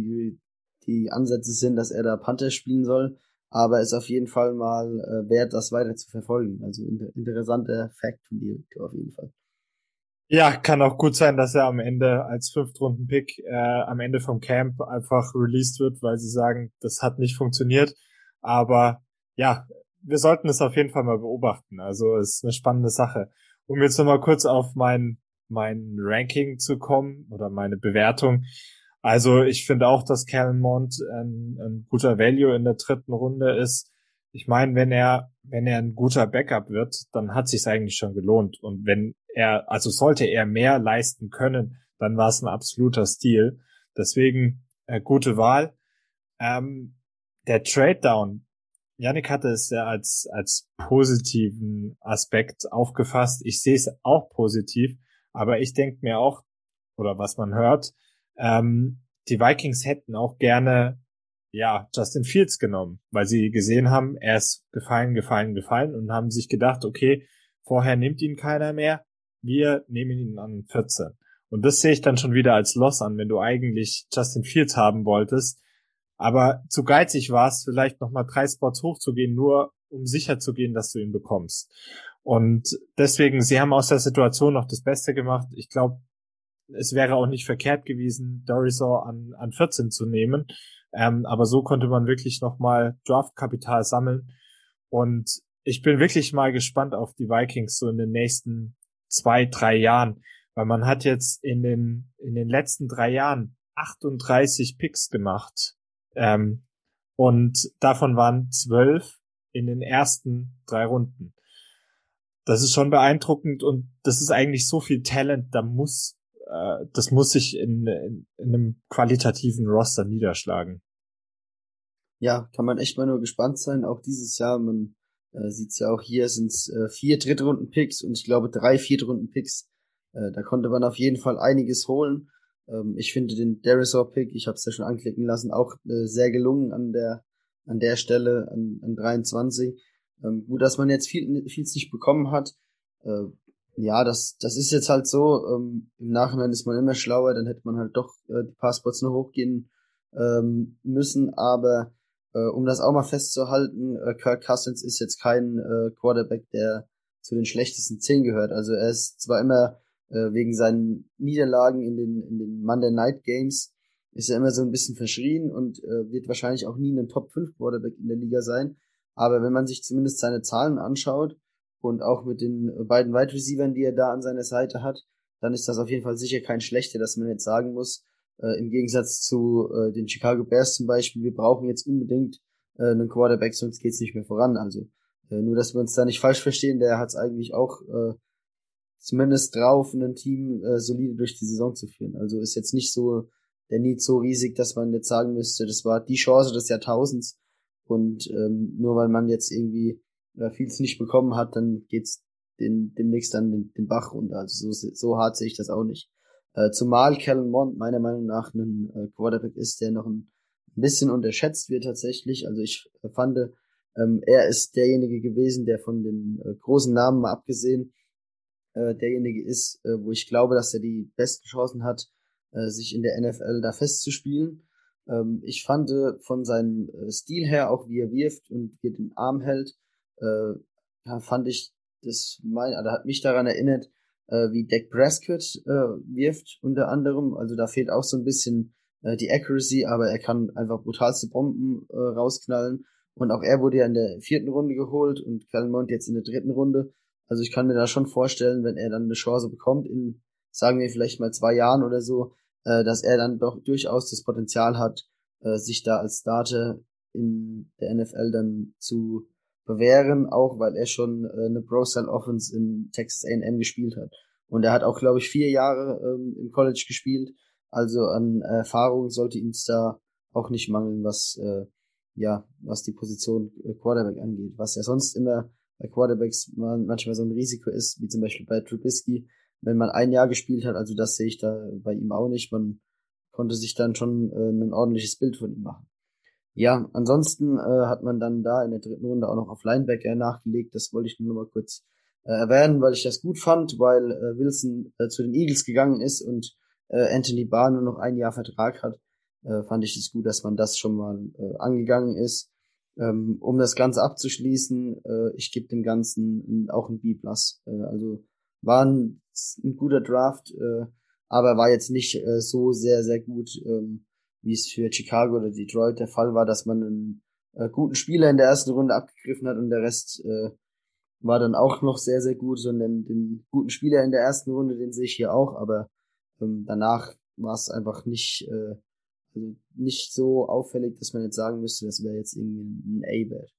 die Ansätze sind, dass er da Panther spielen soll. Aber ist auf jeden Fall mal wert, das weiter zu verfolgen. Also interessanter Fact von dir, auf jeden Fall. Ja, kann auch gut sein, dass er am Ende als Fünftrunden-Pick am Ende vom Camp einfach released wird, weil sie sagen, das hat nicht funktioniert. Aber ja, wir sollten es auf jeden Fall mal beobachten. Also es ist eine spannende Sache. Um jetzt nochmal kurz auf mein Ranking zu kommen oder meine Bewertung. Also ich finde auch, dass Kellen Mond ein guter Value in der 3. Runde ist. Ich meine, wenn er ein guter Backup wird, dann hat sich's eigentlich schon gelohnt. Und also sollte er mehr leisten können, dann war es ein absoluter Steal. Deswegen gute Wahl. Der Trade Down, Yannick hatte es ja als positiven Aspekt aufgefasst. Ich sehe es auch positiv, aber ich denke mir auch, oder was man hört, die Vikings hätten auch gerne Justin Fields genommen, weil sie gesehen haben, er ist gefallen und haben sich gedacht, okay, vorher nimmt ihn keiner mehr, wir nehmen ihn an 14. Und das sehe ich dann schon wieder als Loss an, wenn du eigentlich Justin Fields haben wolltest, aber zu geizig warst, vielleicht nochmal 3 Spots hochzugehen, nur um sicher zu gehen, dass du ihn bekommst. Und deswegen, sie haben aus der Situation noch das Beste gemacht. Ich glaube, es wäre auch nicht verkehrt gewesen, Dorisor an 14 zu nehmen. Aber so konnte man wirklich nochmal Draftkapital sammeln. Und ich bin wirklich mal gespannt auf die Vikings so in den nächsten 2, 3 Jahren. Weil man hat jetzt in den letzten 3 Jahren 38 Picks gemacht. Und davon waren 12 in den ersten 3 Runden. Das ist schon beeindruckend und das ist eigentlich so viel Talent, das muss sich in einem qualitativen Roster niederschlagen. Ja, kann man echt mal nur gespannt sein. Auch dieses Jahr, man sieht's ja auch hier, sind's 4 Drittrunden-Picks und ich glaube 3 Viertrunden-Picks. Da konnte man auf jeden Fall einiges holen. Ich finde den Derisor-Pick, ich habe es ja schon anklicken lassen, auch sehr gelungen an der Stelle, an 23. Gut, dass man jetzt vieles nicht bekommen hat. Ja, das ist jetzt halt so. Im Nachhinein ist man immer schlauer, dann hätte man halt doch die Passports noch hochgehen müssen, aber um das auch mal festzuhalten, Kirk Cousins ist jetzt kein Quarterback, der zu den schlechtesten 10 gehört. Also er ist zwar immer wegen seinen Niederlagen in den Monday Night Games ist er immer so ein bisschen verschrien und wird wahrscheinlich auch nie ein Top 5 Quarterback in der Liga sein. Aber wenn man sich zumindest seine Zahlen anschaut und auch mit den beiden Wide Receivern, die er da an seiner Seite hat, dann ist das auf jeden Fall sicher kein schlechter, dass man jetzt sagen muss, im Gegensatz zu den Chicago Bears zum Beispiel, wir brauchen jetzt unbedingt einen Quarterback, sonst geht's nicht mehr voran. Also nur, dass wir uns da nicht falsch verstehen, der hat's eigentlich auch zumindest drauf, ein Team solide durch die Saison zu führen. Also ist jetzt nicht so der Need so riesig, dass man jetzt sagen müsste, das war die Chance des Jahrtausends und nur weil man jetzt irgendwie vieles nicht bekommen hat, dann geht's demnächst dann den Bach runter. Also so hart sehe ich das auch nicht. Zumal Kellen Mond meiner Meinung nach ein Quarterback ist, der noch ein bisschen unterschätzt wird tatsächlich. Also ich fand, er ist derjenige gewesen, der von den großen Namen mal abgesehen derjenige ist, wo ich glaube, dass er die besten Chancen hat, sich in der NFL da festzuspielen. Ich fand von seinem Stil her, auch wie er wirft und wie er den Arm hält, ja, fand ich oder hat mich daran erinnert, wie Dak Prescott wirft unter anderem. Also da fehlt auch so ein bisschen die Accuracy, aber er kann einfach brutalste Bomben rausknallen. Und auch er wurde ja in der 4. Runde geholt und Kellen Mond jetzt in der 3. Runde. Also ich kann mir da schon vorstellen, wenn er dann eine Chance bekommt in, sagen wir vielleicht mal 2 Jahren oder so, dass er dann doch durchaus das Potenzial hat, sich da als Starter in der NFL dann zu bewähren, auch weil er schon eine Pro-Style-Offense in Texas A&M gespielt hat. Und er hat auch, glaube ich, 4 Jahre im College gespielt. Also an Erfahrung sollte ihm da auch nicht mangeln, was die Position Quarterback angeht. Was ja sonst immer bei Quarterbacks manchmal so ein Risiko ist, wie zum Beispiel bei Trubisky, wenn man 1 Jahr gespielt hat. Also das sehe ich da bei ihm auch nicht. Man konnte sich dann schon ein ordentliches Bild von ihm machen. Ja, ansonsten hat man dann da in der 3. Runde auch noch auf Linebacker nachgelegt. Das wollte ich nur noch mal kurz erwähnen, weil ich das gut fand, weil Wilson zu den Eagles gegangen ist und Anthony Barr nur noch 1 Jahr Vertrag hat. Fand ich es gut, dass man das schon mal angegangen ist. Um das Ganze abzuschließen, ich gebe dem Ganzen auch ein B+. Also war ein guter Draft, aber war jetzt nicht so sehr, sehr gut, wie es für Chicago oder Detroit der Fall war, dass man einen guten Spieler in der 1. Runde abgegriffen hat und der Rest war dann auch noch sehr, sehr gut, sondern den guten Spieler in der 1. Runde, den sehe ich hier auch, aber danach war es einfach also nicht so auffällig, dass man jetzt sagen müsste, das wäre jetzt irgendwie ein A-Wert.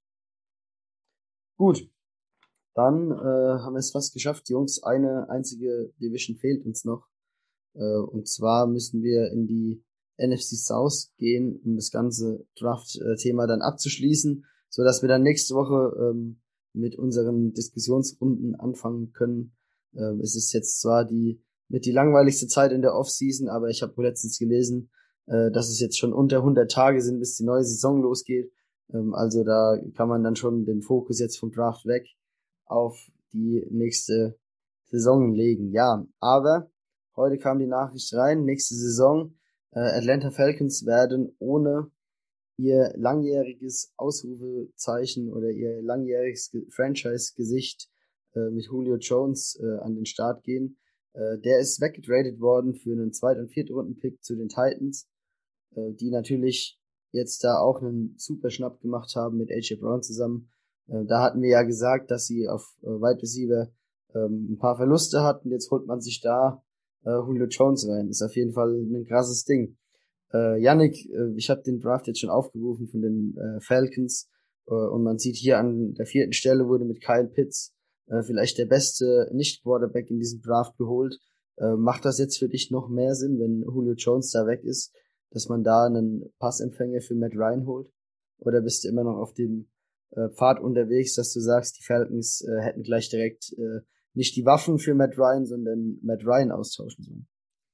Gut, dann haben wir es fast geschafft, Jungs. Eine einzige Division fehlt uns noch. Und zwar müssen wir in die NFC South gehen, um das ganze Draft-Thema dann abzuschließen, so dass wir dann nächste Woche mit unseren Diskussionsrunden anfangen können. Es ist jetzt zwar die langweiligste Zeit in der Offseason, aber ich habe letztens gelesen, dass es jetzt schon unter 100 Tage sind, bis die neue Saison losgeht. Also da kann man dann schon den Fokus jetzt vom Draft weg auf die nächste Saison legen. Ja, aber heute kam die Nachricht rein, nächste Saison Atlanta Falcons werden ohne ihr langjähriges Ausrufezeichen oder ihr langjähriges Franchise-Gesicht mit Julio Jones an den Start gehen. Der ist weggetradet worden für einen 2. und 4. Runden-Pick zu den Titans, die natürlich jetzt da auch einen super Schnapp gemacht haben mit AJ Brown zusammen. Da hatten wir ja gesagt, dass sie auf Wide Receiver ein paar Verluste hatten. Jetzt holt man sich da Julio Jones rein. Ist auf jeden Fall ein krasses Ding. Yannick, ich habe den Draft jetzt schon aufgerufen von den Falcons und man sieht hier an der 4. Stelle wurde mit Kyle Pitts vielleicht der beste Nicht-Quarterback in diesem Draft geholt. Macht das jetzt für dich noch mehr Sinn, wenn Julio Jones da weg ist, dass man da einen Passempfänger für Matt Ryan holt? Oder bist du immer noch auf dem Pfad unterwegs, dass du sagst, die Falcons hätten gleich direkt nicht die Waffen für Matt Ryan, sondern Matt Ryan austauschen sollen?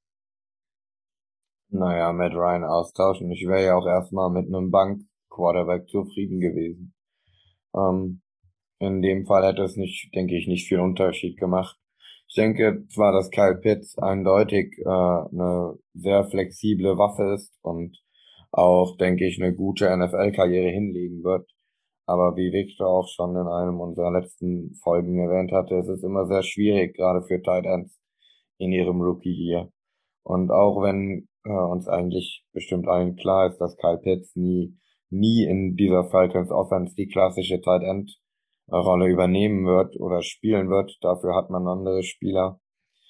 Naja, Matt Ryan austauschen. Ich wäre ja auch erstmal mit einem Bank-Quarterback zufrieden gewesen. In dem Fall hätte es nicht, denke ich, nicht viel Unterschied gemacht. Ich denke zwar, dass Kyle Pitts eindeutig eine sehr flexible Waffe ist und auch, denke ich, eine gute NFL-Karriere hinlegen wird. Aber wie Victor auch schon in einem unserer letzten Folgen erwähnt hatte, es ist immer sehr schwierig, gerade für Tight Ends in ihrem Rookie-Year. Und auch wenn uns eigentlich bestimmt allen klar ist, dass Kyle Pitts nie in dieser Falcons Offense die klassische Tight End Rolle übernehmen wird oder spielen wird, dafür hat man andere Spieler,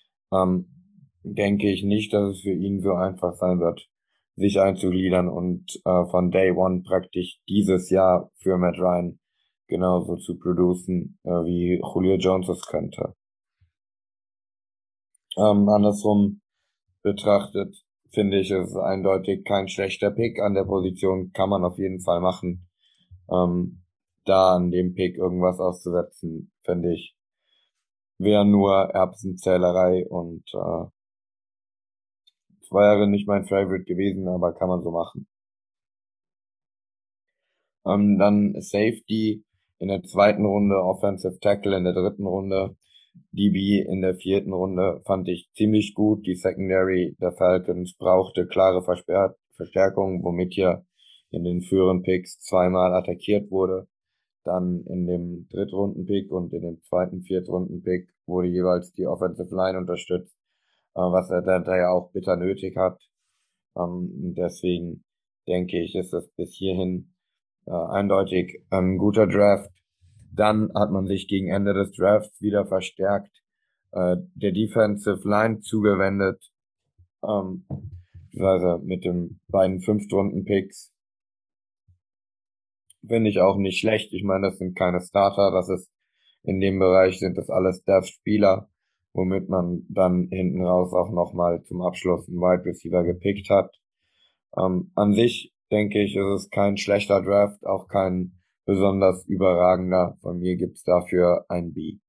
denke ich nicht, dass es für ihn so einfach sein wird, sich einzugliedern und von Day One praktisch dieses Jahr für Matt Ryan genauso zu producen, wie Julio Jones es könnte. Andersrum betrachtet finde ich, ist eindeutig kein schlechter Pick. An der Position kann man auf jeden Fall machen. Da an dem Pick irgendwas auszusetzen, finde ich, wäre nur Erbsenzählerei und es wäre nicht mein Favorite gewesen, aber kann man so machen. Dann Safety in der zweiten Runde, Offensive Tackle in der dritten Runde, DB in der vierten Runde fand ich ziemlich gut. Die Secondary der Falcons brauchte klare Verstärkung, womit hier in den früheren Picks zweimal attackiert wurde. Dann in dem Drittrunden-Pick und in dem zweiten Viertrunden-Pick wurde jeweils die Offensive Line unterstützt, was er da ja auch bitter nötig hat. Deswegen denke ich, ist das bis hierhin eindeutig ein guter Draft. Dann hat man sich gegen Ende des Drafts wieder verstärkt, der Defensive Line zugewendet, also mit den beiden Fünftrunden-Picks. Finde ich auch nicht schlecht. Ich meine, das sind keine Starter, das ist in dem Bereich sind das alles Depth-Spieler, womit man dann hinten raus auch nochmal zum Abschluss einen Wide Receiver gepickt hat. An sich denke ich, ist es kein schlechter Draft, auch kein besonders überragender. Von mir gibt's dafür ein B.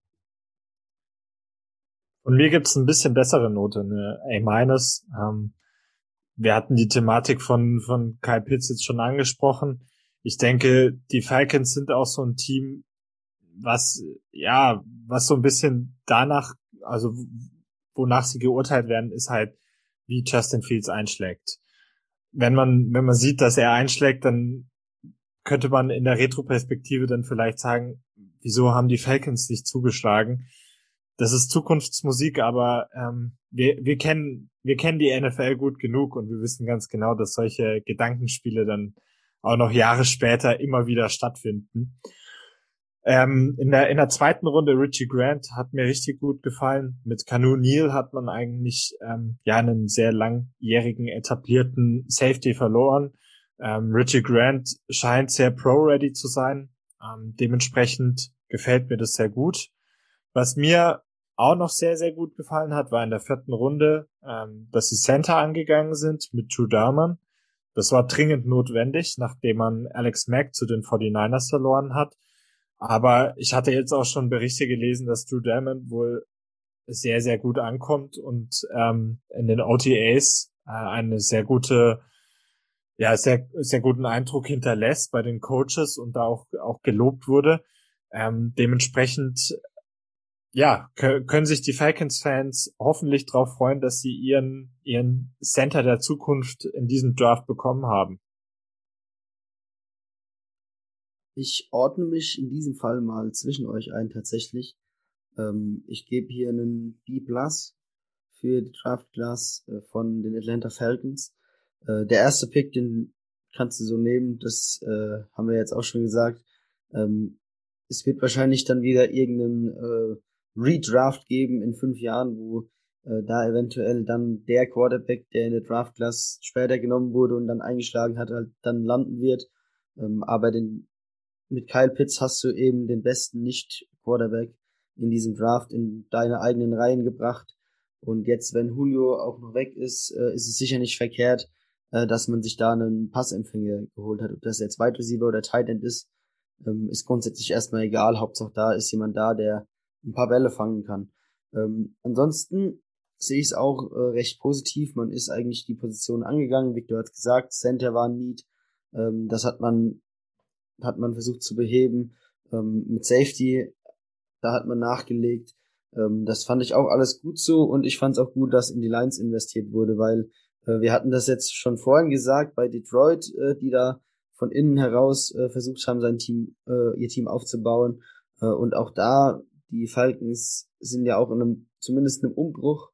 Von mir gibt's ein bisschen bessere Note, eine A-. Wir hatten die Thematik von Kyle Pitts jetzt schon angesprochen. Ich denke, die Falcons sind auch so ein Team, was so ein bisschen danach, also wonach sie geurteilt werden, ist halt, wie Justin Fields einschlägt. Wenn man sieht, dass er einschlägt, dann könnte man in der Retroperspektive dann vielleicht sagen, wieso haben die Falcons nicht zugeschlagen? Das ist Zukunftsmusik, aber wir kennen die NFL gut genug und wir wissen ganz genau, dass solche Gedankenspiele dann auch noch Jahre später immer wieder stattfinden. In der zweiten Runde Richie Grant hat mir richtig gut gefallen. Mit Kanu Neal hat man eigentlich einen sehr langjährigen etablierten Safety verloren. Richie Grant scheint sehr pro-ready zu sein. Dementsprechend gefällt mir das sehr gut. Was mir auch noch sehr, sehr gut gefallen hat, war in der vierten Runde, dass sie Center angegangen sind mit Drew Dalman. Das war dringend notwendig, nachdem man Alex Mack zu den 49ers verloren hat. Aber ich hatte jetzt auch schon Berichte gelesen, dass Drew Dalman wohl sehr, sehr gut ankommt und in den OTAs eine sehr gute, sehr, sehr guten Eindruck hinterlässt bei den Coaches und da auch gelobt wurde. Dementsprechend können sich die Falcons-Fans hoffentlich darauf freuen, dass sie ihren Center der Zukunft in diesem Draft bekommen haben. Ich ordne mich in diesem Fall mal zwischen euch ein tatsächlich. Ich gebe hier einen B+ für die Draft Class von den Atlanta Falcons. Der erste Pick, den kannst du so nehmen, das haben wir jetzt auch schon gesagt. Es wird wahrscheinlich dann wieder irgendeinen Redraft geben in 5 Jahren, wo da eventuell dann der Quarterback, der in der Draft Class später genommen wurde und dann eingeschlagen hat, halt dann landen wird. Aber mit Kyle Pitts hast du eben den besten Nicht-Quarterback in diesem Draft in deine eigenen Reihen gebracht. Und jetzt, wenn Julio auch noch weg ist, ist es sicher nicht verkehrt, dass man sich da einen Passempfänger geholt hat. Ob das jetzt Wide Receiver oder Tight End ist grundsätzlich erstmal egal. Hauptsache da ist jemand da, der ein paar Bälle fangen kann. Ansonsten sehe ich es auch recht positiv. Man ist eigentlich die Position angegangen. Victor hat gesagt, Center war ein Need. Das hat man versucht zu beheben. Mit Safety, da hat man nachgelegt. Das fand ich auch alles gut so und ich fand es auch gut, dass in die Lines investiert wurde, weil wir hatten das jetzt schon vorhin gesagt bei Detroit, die da von innen heraus versucht haben, ihr Team aufzubauen. Und auch da, die Falcons sind ja auch zumindest in einem Umbruch.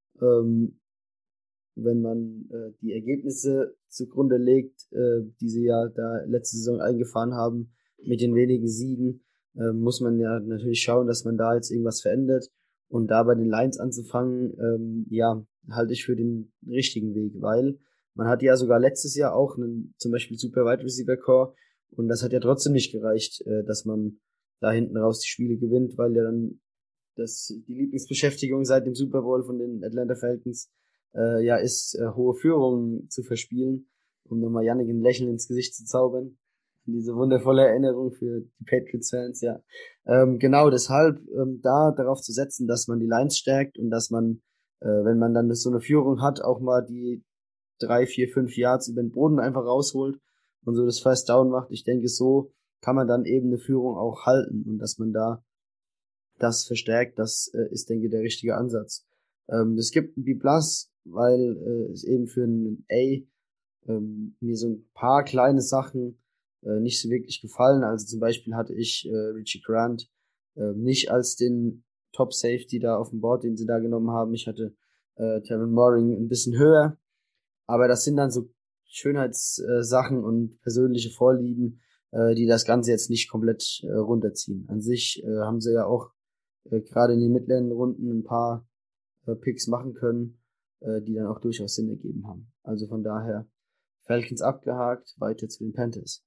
Wenn man die Ergebnisse zugrunde legt, die sie ja da letzte Saison eingefahren haben, mit den wenigen Siegen, muss man ja natürlich schauen, dass man da jetzt irgendwas verändert. Und da bei den Lions anzufangen, halte ich für den richtigen Weg, weil man hatte ja sogar letztes Jahr auch zum Beispiel Super Wide Receiver Core und das hat ja trotzdem nicht gereicht, dass man da hinten raus die Spiele gewinnt, weil ja dann die Lieblingsbeschäftigung seit dem Super Bowl von den Atlanta Falcons ist, hohe Führungen zu verspielen, um nochmal Yannick ein Lächeln ins Gesicht zu zaubern. Diese wundervolle Erinnerung für die Patriots-Fans, ja. Genau deshalb darauf zu setzen, dass man die Lines stärkt und dass man, wenn man dann so eine Führung hat, auch mal die 3, 4, 5 Yards über den Boden einfach rausholt und so das First Down macht. Ich denke, so kann man dann eben eine Führung auch halten und dass man da das verstärkt, das ist, denke ich, der richtige Ansatz. Es gibt ein B+, weil es eben für ein A mir so ein paar kleine Sachen nicht so wirklich gefallen. Also zum Beispiel hatte ich Richie Grant nicht als den Top Safety da auf dem Board, den sie da genommen haben. Ich hatte Tevin Moring ein bisschen höher, aber das sind dann so Schönheitssachen und persönliche Vorlieben, die das Ganze jetzt nicht komplett runterziehen. An sich haben sie ja auch gerade in den mittleren Runden ein paar Picks machen können, die dann auch durchaus Sinn ergeben haben. Also von daher Falcons abgehakt, weiter zu den Panthers.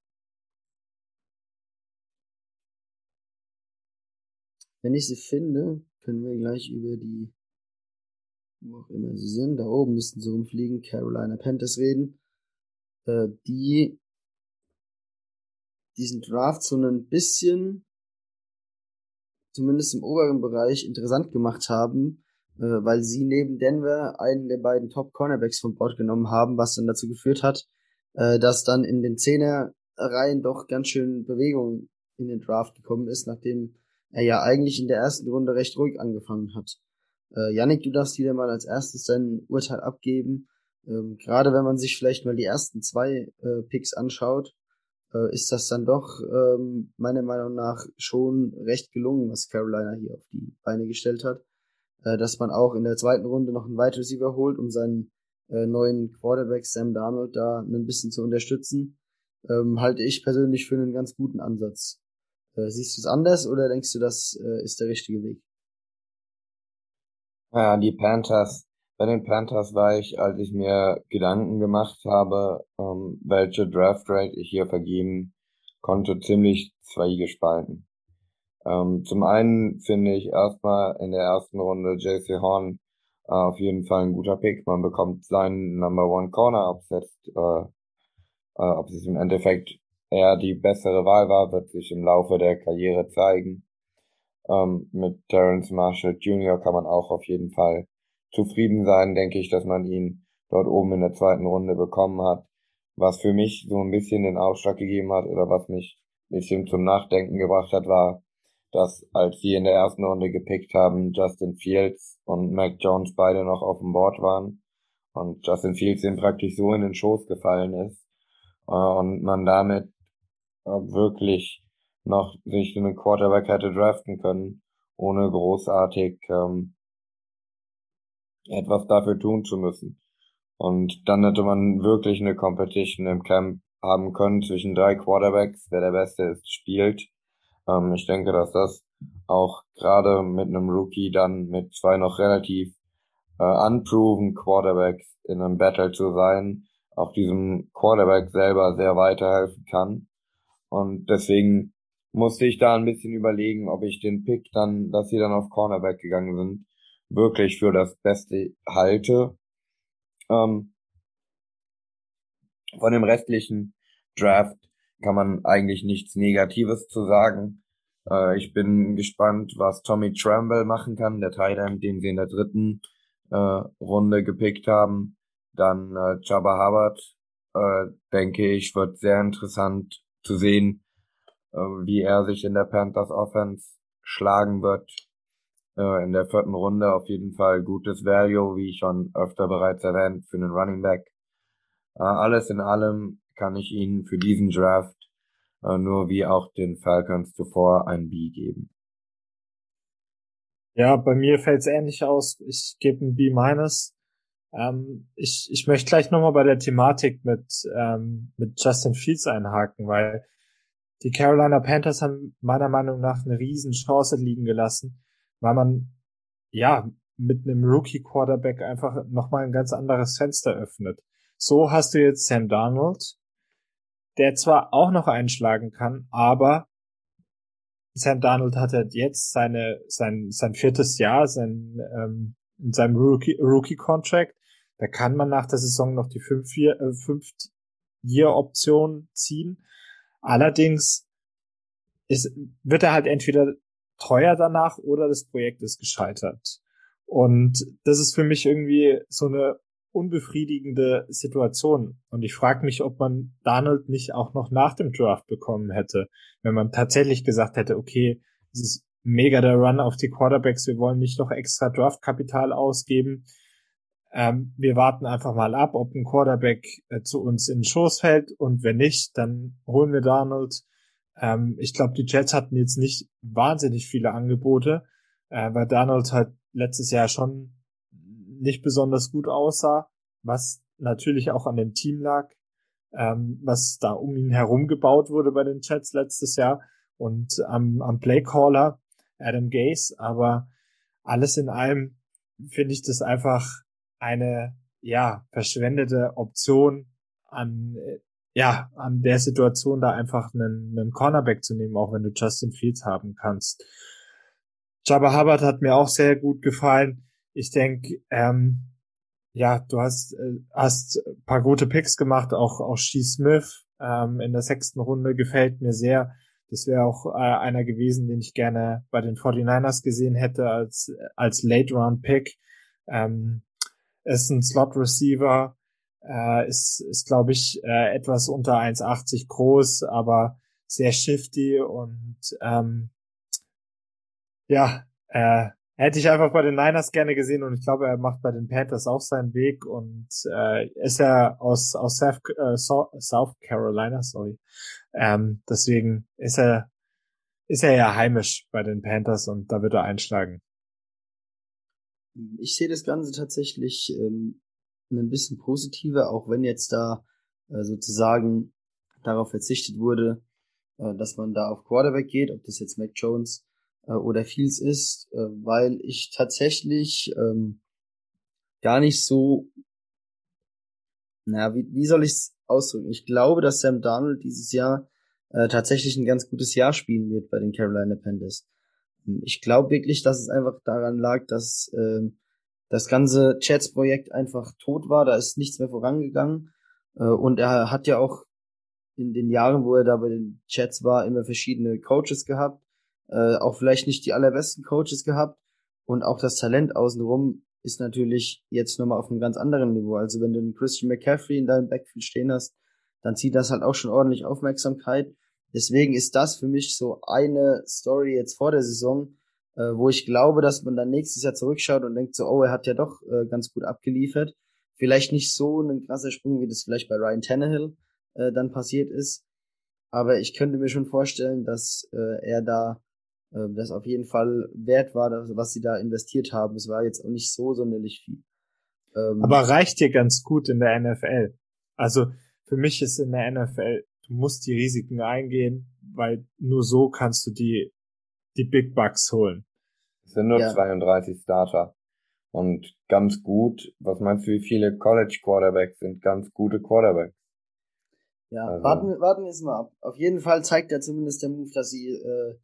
Wenn ich sie finde, können wir gleich über die, wo auch immer sie sind, da oben müssten sie rumfliegen, Carolina Panthers reden, die diesen Draft so ein bisschen, zumindest im oberen Bereich, interessant gemacht haben, weil sie neben Denver einen der beiden Top-Cornerbacks vom Board genommen haben, was dann dazu geführt hat, dass dann in den Zehnerreihen doch ganz schön Bewegung in den Draft gekommen ist, nachdem er ja eigentlich in der ersten Runde recht ruhig angefangen hat. Yannick, du darfst wieder mal als erstes dein Urteil abgeben. Gerade wenn man sich vielleicht mal die ersten 2 Picks anschaut, ist das dann doch meiner Meinung nach schon recht gelungen, was Carolina hier auf die Beine gestellt hat. Dass man auch in der zweiten Runde noch einen Wide Receiver holt, um seinen neuen Quarterback Sam Darnold da ein bisschen zu unterstützen, halte ich persönlich für einen ganz guten Ansatz. Siehst du es anders oder denkst du, das ist der richtige Weg? Ja, bei den Panthers war ich, als ich mir Gedanken gemacht habe, welche Draft Rate ich hier vergeben konnte, ziemlich zwiegespalten. Zum einen finde ich erstmal in der ersten Runde JC Horn auf jeden Fall ein guter Pick. Man bekommt seinen Number One Corner, ob es im Endeffekt eher die bessere Wahl war, wird sich im Laufe der Karriere zeigen. Mit Terrence Marshall Jr. kann man auch auf jeden Fall zufrieden sein, denke ich, dass man ihn dort oben in der zweiten Runde bekommen hat. Was für mich so ein bisschen den Ausschlag gegeben hat oder was mich ein bisschen zum Nachdenken gebracht hat, war, dass als sie in der ersten Runde gepickt haben, Justin Fields und Mac Jones beide noch auf dem Board waren und Justin Fields ihm praktisch so in den Schoß gefallen ist und man damit wirklich noch sich einen Quarterback hätte draften können, ohne großartig etwas dafür tun zu müssen. Und dann hätte man wirklich eine Competition im Camp haben können zwischen 3 Quarterbacks, wer der Beste ist, spielt. Ich denke, dass das auch gerade mit einem Rookie dann mit 2 noch relativ unproven Quarterbacks in einem Battle zu sein, auch diesem Quarterback selber sehr weiterhelfen kann. Und deswegen musste ich da ein bisschen überlegen, ob ich den Pick dann, dass sie dann auf Cornerback gegangen sind, wirklich für das Beste halte. Von dem restlichen Draft kann man eigentlich nichts Negatives zu sagen. Ich bin gespannt, was Tommy Tremble machen kann, der Tight End, den sie in der dritten Runde gepickt haben. Dann Jabba Hubbard, denke ich, wird sehr interessant zu sehen, wie er sich in der Panthers Offense schlagen wird. In der vierten Runde auf jeden Fall gutes Value, wie schon öfter bereits erwähnt, für einen Running Back. Alles in allem kann ich Ihnen für diesen Draft nur wie auch den Falcons zuvor ein B geben. Ja, bei mir fällt's ähnlich aus. Ich gebe ein B-. Ich möchte gleich nochmal bei der Thematik mit Justin Fields einhaken, weil die Carolina Panthers haben meiner Meinung nach eine riesen Chance liegen gelassen, weil man ja mit einem Rookie Quarterback einfach nochmal ein ganz anderes Fenster öffnet. So hast du jetzt Sam Darnold, der zwar auch noch einschlagen kann, aber Sam Darnold hat halt jetzt sein 4. Jahr in seinem Rookie Contract. Da kann man nach der Saison noch die 5-Year-Option ziehen. Allerdings wird er halt entweder teuer danach oder das Projekt ist gescheitert. Und das ist für mich irgendwie so eine unbefriedigende Situation. Und ich frage mich, ob man Darnold nicht auch noch nach dem Draft bekommen hätte, wenn man tatsächlich gesagt hätte, okay, es ist mega der Run auf die Quarterbacks, wir wollen nicht noch extra Draftkapital ausgeben. Wir warten einfach mal ab, ob ein Quarterback zu uns in den Schoß fällt, und wenn nicht, dann holen wir Darnold. Ich glaube, die Jets hatten jetzt nicht wahnsinnig viele Angebote, weil Darnold halt letztes Jahr schon nicht besonders gut aussah, was natürlich auch an dem Team lag, was da um ihn herum gebaut wurde bei den Jets letztes Jahr und am Playcaller Adam Gase. Aber alles in allem finde ich das einfach eine verschwendete Option an der Situation, da einfach einen Cornerback zu nehmen, auch wenn du Justin Fields haben kannst. Jabba Hubbard hat mir auch sehr gut gefallen. Ich denke, du hast ein paar gute Picks gemacht, auch Shea Smith in der 6. Runde gefällt mir sehr. Das wäre auch einer gewesen, den ich gerne bei den 49ers gesehen hätte als Late-Round-Pick. Ist ein Slot-Receiver, ist glaube ich, etwas unter 1,80 groß, aber sehr shifty und hätte ich einfach bei den Niners gerne gesehen, und ich glaube, er macht bei den Panthers auch seinen Weg, und ist ja aus South Carolina, sorry. Deswegen ist er ja heimisch bei den Panthers, und da wird er einschlagen. Ich sehe das Ganze tatsächlich ein bisschen positiver, auch wenn jetzt da sozusagen darauf verzichtet wurde, dass man da auf Quarterback geht, ob das jetzt Mac Jones oder Fields ist, weil ich tatsächlich gar nicht so, wie soll ich es ausdrücken? Ich glaube, dass Sam Darnold dieses Jahr tatsächlich ein ganz gutes Jahr spielen wird bei den Carolina Panthers. Ich glaube wirklich, dass es einfach daran lag, dass das ganze Jets-Projekt einfach tot war, da ist nichts mehr vorangegangen, und er hat ja auch in den Jahren, wo er da bei den Jets war, immer verschiedene Coaches gehabt, auch vielleicht nicht die allerbesten Coaches gehabt, und auch das Talent außenrum ist natürlich jetzt nochmal auf einem ganz anderen Niveau. Also wenn du einen Christian McCaffrey in deinem Backfield stehen hast, dann zieht das halt auch schon ordentlich Aufmerksamkeit. Deswegen ist das für mich so eine Story jetzt vor der Saison, wo ich glaube, dass man dann nächstes Jahr zurückschaut und denkt so, oh, er hat ja doch ganz gut abgeliefert. Vielleicht nicht so ein krasser Sprung, wie das vielleicht bei Ryan Tannehill dann passiert ist. Aber ich könnte mir schon vorstellen, dass er da das auf jeden Fall wert war, was sie da investiert haben. Es war jetzt auch nicht so sonderlich viel. Aber reicht dir ganz gut in der NFL. Also für mich ist in der NFL, du musst die Risiken eingehen, weil nur so kannst du die Big Bucks holen. Es sind nur 32 Starter. Und ganz gut, was meinst du, wie viele College Quarterbacks sind ganz gute Quarterbacks? Ja, also warten wir es mal ab. Auf jeden Fall zeigt ja zumindest der Move, dass sie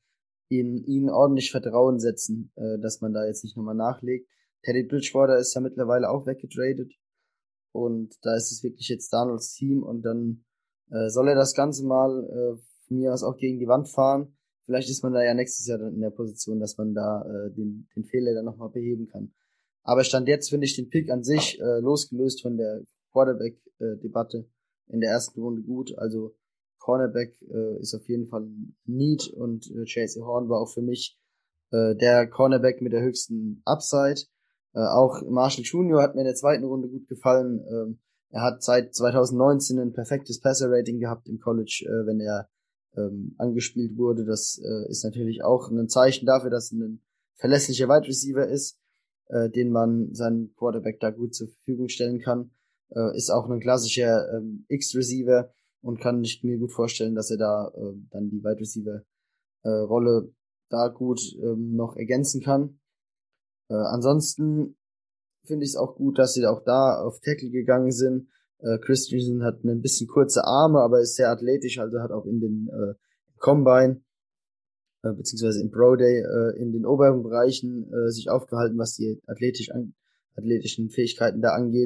ihnen ordentlich Vertrauen setzen, dass man da jetzt nicht nochmal nachlegt. Teddy Bridgewater ist ja mittlerweile auch weggetradet, und da ist es wirklich jetzt Darnolds Team, und dann soll er das Ganze mal von mir aus auch gegen die Wand fahren. Vielleicht ist man da ja nächstes Jahr dann in der Position, dass man da den Fehler dann nochmal beheben kann. Aber Stand jetzt finde ich den Pick an sich, losgelöst von der Quarterback-Debatte, in der ersten Runde gut. Also Cornerback ist auf jeden Fall ein Need, und Chase Horn war auch für mich der Cornerback mit der höchsten Upside. Auch Marshall Jr. hat mir in der 2. Runde gut gefallen. Er hat seit 2019 ein perfektes Passer-Rating gehabt im College, wenn er angespielt wurde. Das ist natürlich auch ein Zeichen dafür, dass er ein verlässlicher Wide Receiver ist, den man seinen Quarterback da gut zur Verfügung stellen kann. Ist auch ein klassischer X-Receiver, und kann ich mir gut vorstellen, dass er da dann die Wide Receiver Rolle da gut noch ergänzen kann. Ansonsten finde ich es auch gut, dass sie auch da auf Tackle gegangen sind. Christensen hat ein bisschen kurze Arme, aber ist sehr athletisch, also hat auch in den Combine beziehungsweise im Pro Day in den oberen Bereichen sich aufgehalten, was die athletischen Fähigkeiten da angeht.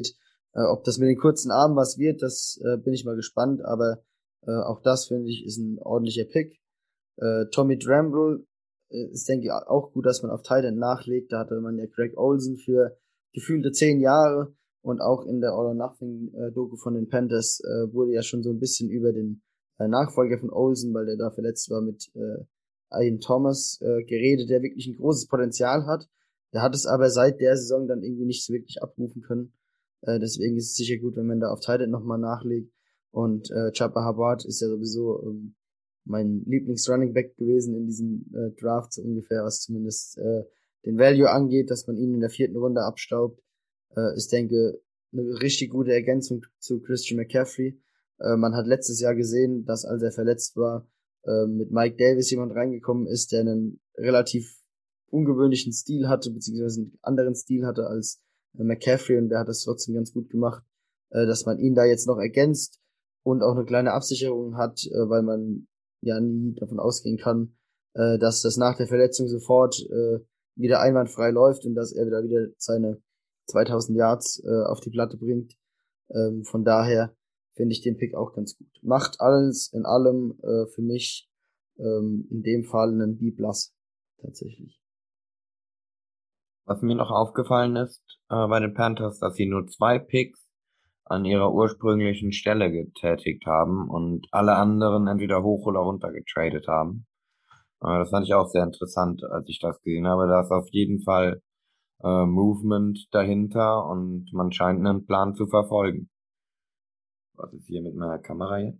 Ob das mit den kurzen Armen was wird, das bin ich mal gespannt, aber auch das, finde ich, ist ein ordentlicher Pick. Tommy Bramble ist, denke ich, auch gut, dass man auf Tight End nachlegt. Da hatte man ja Greg Olsen für gefühlte 10 Jahre und auch in der All-or-Nothing-Doku von den Panthers wurde ja schon so ein bisschen über den Nachfolger von Olsen, weil der da verletzt war, mit Ian Thomas geredet, der wirklich ein großes Potenzial hat. Der hat es aber seit der Saison dann irgendwie nicht so wirklich abrufen können. Deswegen ist es sicher gut, wenn man da auf Tight End nochmal nachlegt. Und Chapa Hubbard ist ja sowieso mein Lieblings-Running-Back gewesen in diesem Draft, so ungefähr, was zumindest den Value angeht, dass man ihn in der 4. Runde abstaubt. Ich denke, eine richtig gute Ergänzung zu Christian McCaffrey. Man hat letztes Jahr gesehen, dass als er verletzt war, mit Mike Davis jemand reingekommen ist, der einen relativ ungewöhnlichen Stil hatte, beziehungsweise einen anderen Stil hatte als McCaffrey, und der hat das trotzdem ganz gut gemacht, dass man ihn da jetzt noch ergänzt und auch eine kleine Absicherung hat, weil man ja nie davon ausgehen kann, dass das nach der Verletzung sofort wieder einwandfrei läuft und dass er wieder seine 2000 Yards auf die Platte bringt. Von daher finde ich den Pick auch ganz gut. Macht alles in allem für mich in dem Fall einen B+ tatsächlich. Was mir noch aufgefallen ist bei den Panthers, dass sie nur 2 Picks an ihrer ursprünglichen Stelle getätigt haben und alle anderen entweder hoch oder runter getradet haben. Das fand ich auch sehr interessant, als ich das gesehen habe. Da ist auf jeden Fall Movement dahinter und man scheint einen Plan zu verfolgen. Was ist hier mit meiner Kamera jetzt?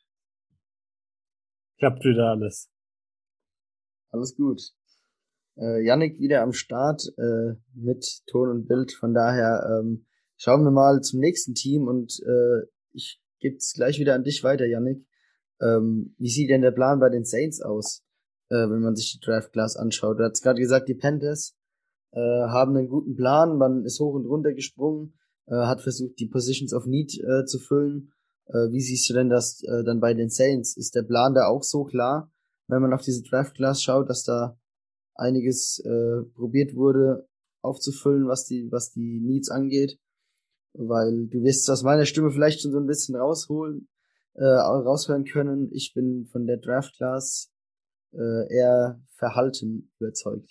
Klappt wieder alles. Alles gut. Yannick wieder am Start mit Ton und Bild. Von daher schauen wir mal zum nächsten Team und ich gebe es gleich wieder an dich weiter, Yannick. Wie sieht denn der Plan bei den Saints aus, wenn man sich die Draft Class anschaut? Du hast gerade gesagt, die Panthers haben einen guten Plan. Man ist hoch und runter gesprungen, hat versucht, die Positions of Need zu füllen. Wie siehst du denn das dann bei den Saints? Ist der Plan da auch so klar, wenn man auf diese Draft Class schaut, dass da einiges probiert wurde aufzufüllen, was die Needs angeht, weil du wirst aus meiner Stimme vielleicht schon so ein bisschen raushören können. Ich bin von der Draft Class eher verhalten überzeugt.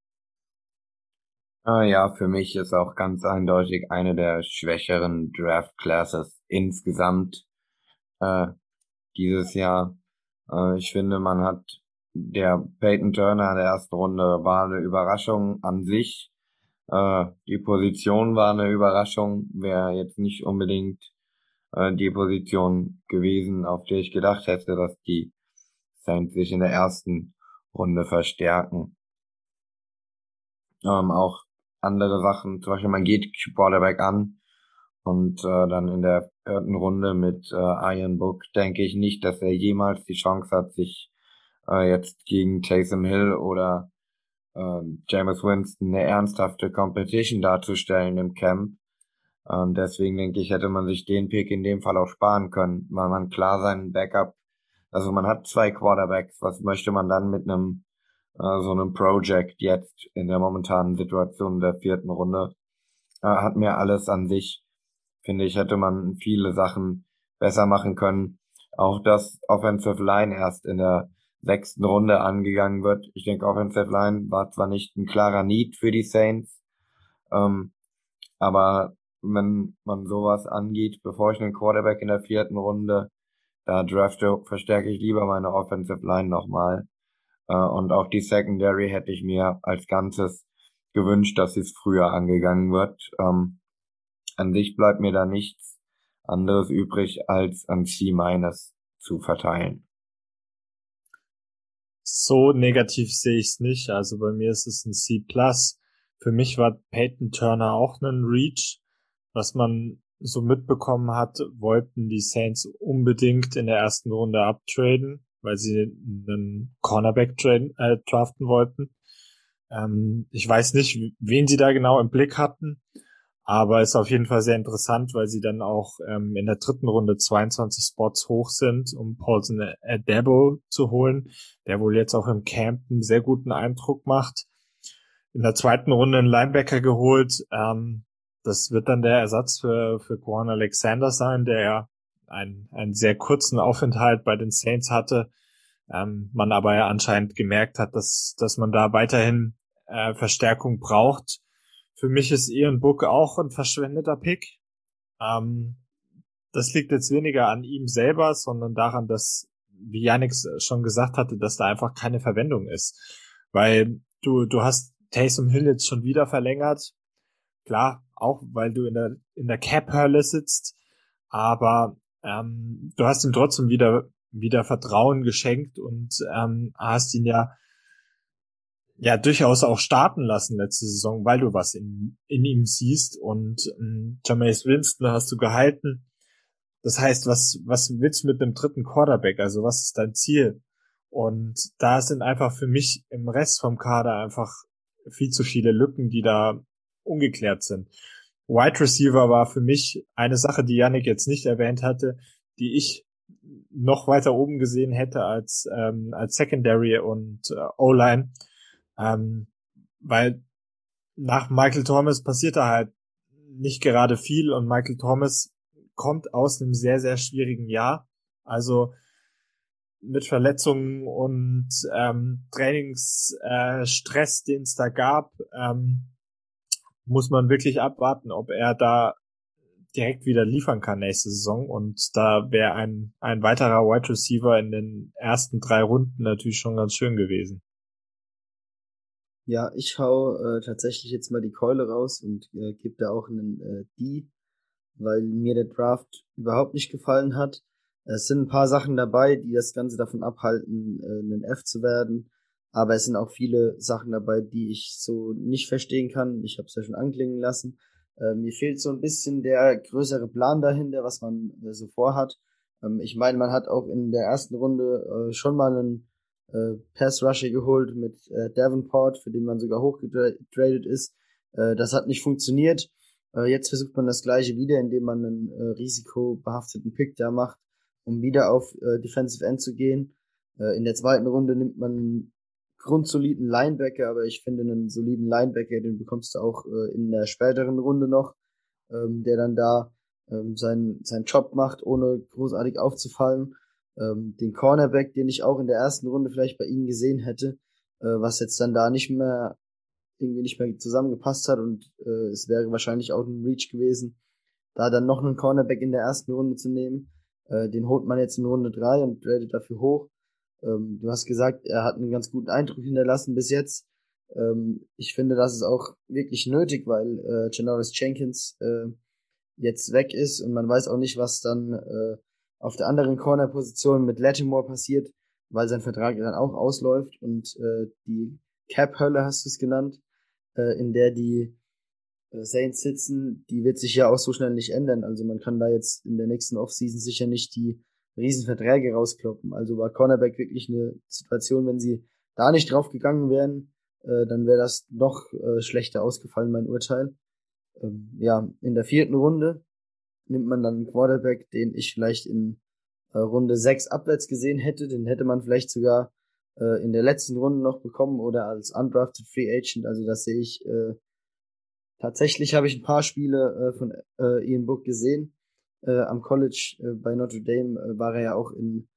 Ja, für mich ist auch ganz eindeutig eine der schwächeren Draft Classes insgesamt dieses Jahr. Ich finde, der Peyton Turner in der ersten Runde war eine Überraschung an sich. Die Position war eine Überraschung, wäre jetzt nicht unbedingt die Position gewesen, auf der ich gedacht hätte, dass die Saints sich in der ersten Runde verstärken. Auch andere Sachen, zum Beispiel man geht Quarterback an und dann in der 4. Runde mit Ian Book denke ich nicht, dass er jemals die Chance hat, sich jetzt gegen Taysom Hill oder Jameis Winston eine ernsthafte Competition darzustellen im Camp. Deswegen denke ich, hätte man sich den Pick in dem Fall auch sparen können, weil man klar seinen Backup, also man hat 2 Quarterbacks, was möchte man dann mit einem so einem Project jetzt in der momentanen Situation der 4. Runde? Hat mir alles an sich, finde ich, hätte man viele Sachen besser machen können. Auch dass Offensive Line erst in der 6. Runde angegangen wird. Ich denke, Offensive Line war zwar nicht ein klarer Need für die Saints, aber wenn man sowas angeht, bevor ich einen Quarterback in der 4. Runde da drafte, verstärke ich lieber meine Offensive Line nochmal. Und auch die Secondary hätte ich mir als Ganzes gewünscht, dass es früher angegangen wird. An sich bleibt mir da nichts anderes übrig, als an C- zu verteilen. So negativ sehe ich es nicht. Also bei mir ist es ein C+. Für mich war Peyton Turner auch ein Reach. Was man so mitbekommen hat, wollten die Saints unbedingt in der ersten Runde abtraden, weil sie einen Cornerback draften wollten. Ich weiß nicht, wen sie da genau im Blick hatten, aber ist auf jeden Fall sehr interessant, weil sie dann auch in der 3. Runde 22 Spots hoch sind, um Paulson Adebo zu holen, der wohl jetzt auch im Camp einen sehr guten Eindruck macht. In der 2. Runde einen Linebacker geholt. das wird dann der Ersatz für Quan Alexander sein, der ja einen sehr kurzen Aufenthalt bei den Saints hatte, man aber ja anscheinend gemerkt hat, dass man da weiterhin Verstärkung braucht. Für mich ist Ian Book auch ein verschwendeter Pick. Das liegt jetzt weniger an ihm selber, sondern daran, dass, wie Yannick schon gesagt hatte, dass da einfach keine Verwendung ist. Weil du hast Taysom Hill jetzt schon wieder verlängert. Klar, auch weil du in der Cap-Hölle sitzt, aber du hast ihm trotzdem wieder Vertrauen geschenkt und hast ihn ja durchaus auch starten lassen letzte Saison, weil du was in ihm siehst, und Jameis Winston hast du gehalten. Das heißt, was willst du mit einem dritten Quarterback? Also was ist dein Ziel? Und da sind einfach für mich im Rest vom Kader einfach viel zu viele Lücken, die da ungeklärt sind. Wide Receiver war für mich eine Sache, die Yannick jetzt nicht erwähnt hatte, die ich noch weiter oben gesehen hätte als Secondary und O-Line, weil nach Michael Thomas passiert da halt nicht gerade viel, und Michael Thomas kommt aus einem sehr, sehr schwierigen Jahr. Also mit Verletzungen und Trainingsstress, den es da gab, muss man wirklich abwarten, ob er da direkt wieder liefern kann nächste Saison. Und da wäre ein weiterer Wide Receiver in den ersten 3 Runden natürlich schon ganz schön gewesen. Ja, ich hau tatsächlich jetzt mal die Keule raus und gebe da auch einen D, weil mir der Draft überhaupt nicht gefallen hat. Es sind ein paar Sachen dabei, die das Ganze davon abhalten, einen F zu werden. Aber es sind auch viele Sachen dabei, die ich so nicht verstehen kann. Ich habe es ja schon anklingen lassen. Mir fehlt so ein bisschen der größere Plan dahinter, was man so vorhat. Ich meine, man hat auch in der ersten Runde schon mal einen Pass-Rusher geholt mit Davenport, für den man sogar hochgetradet ist. Das hat nicht funktioniert. Jetzt versucht man das Gleiche wieder, indem man einen risikobehafteten Pick da macht, um wieder auf Defensive End zu gehen. In der zweiten Runde nimmt man einen grundsoliden Linebacker, aber ich finde, einen soliden Linebacker, den bekommst du auch in der späteren Runde noch, der dann da seinen Job macht, ohne großartig aufzufallen. Den Cornerback, den ich auch in der ersten Runde vielleicht bei ihnen gesehen hätte, was jetzt dann da irgendwie nicht mehr zusammengepasst hat, und es wäre wahrscheinlich auch ein Reach gewesen, da dann noch einen Cornerback in der ersten Runde zu nehmen. Den holt man jetzt in Runde 3 und tradet dafür hoch. Du hast gesagt, er hat einen ganz guten Eindruck hinterlassen bis jetzt. Ich finde, das ist auch wirklich nötig, weil Janoris Jenkins jetzt weg ist und man weiß auch nicht, was dann auf der anderen Corner-Position mit Lattimore passiert, weil sein Vertrag dann auch ausläuft, und die Cap-Hölle, hast du es genannt, in der die Saints sitzen, die wird sich ja auch so schnell nicht ändern. Also man kann da jetzt in der nächsten Offseason sicher nicht die Riesenverträge rauskloppen. Also war Cornerback wirklich eine Situation, wenn sie da nicht drauf gegangen wären, dann wäre das noch schlechter ausgefallen, mein Urteil. Ja, in der 4. Runde nimmt man dann einen Quarterback, den ich vielleicht in Runde 6 abwärts gesehen hätte. Den hätte man vielleicht sogar in der letzten Runde noch bekommen oder als undrafted Free Agent. Also das sehe ich. Tatsächlich habe ich ein paar Spiele von Ian Book gesehen. Am College bei Notre Dame war er ja auch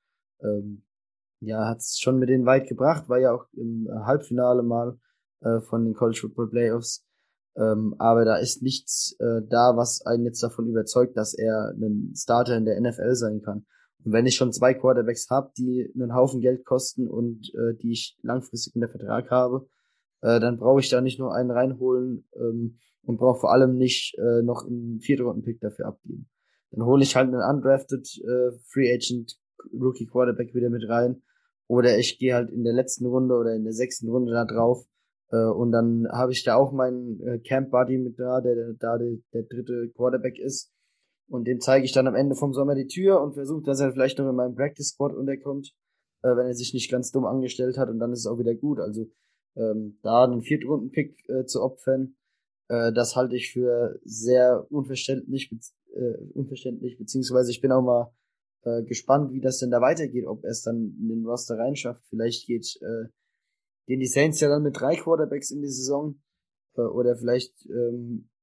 hat es schon mit denen weit gebracht, war ja auch im Halbfinale mal von den College Football Playoffs. Aber da ist nichts da, was einen jetzt davon überzeugt, dass er ein Starter in der NFL sein kann. Und wenn ich schon 2 Quarterbacks habe, die einen Haufen Geld kosten und die ich langfristig unter Vertrag habe, dann brauche ich da nicht nur einen reinholen und brauche vor allem nicht noch einen 4. Runden-Pick dafür abgeben. Dann hole ich halt einen undrafted Free Agent Rookie Quarterback wieder mit rein, oder ich gehe halt in der letzten Runde oder in der 6. Runde da drauf und dann habe ich da auch meinen Camp Buddy mit da, der der 3. Quarterback ist, und dem zeige ich dann am Ende vom Sommer die Tür und versuche, dass er vielleicht noch in meinem Practice Squad unterkommt, wenn er sich nicht ganz dumm angestellt hat, und dann ist es auch wieder gut. Also da einen 4. Runden-Pick zu opfern, das halte ich für sehr unverständlich, beziehungsweise ich bin auch mal gespannt, wie das denn da weitergeht, ob er es dann in den Roster reinschafft. Vielleicht gehen die Saints ja dann mit 3 Quarterbacks in die Saison, oder vielleicht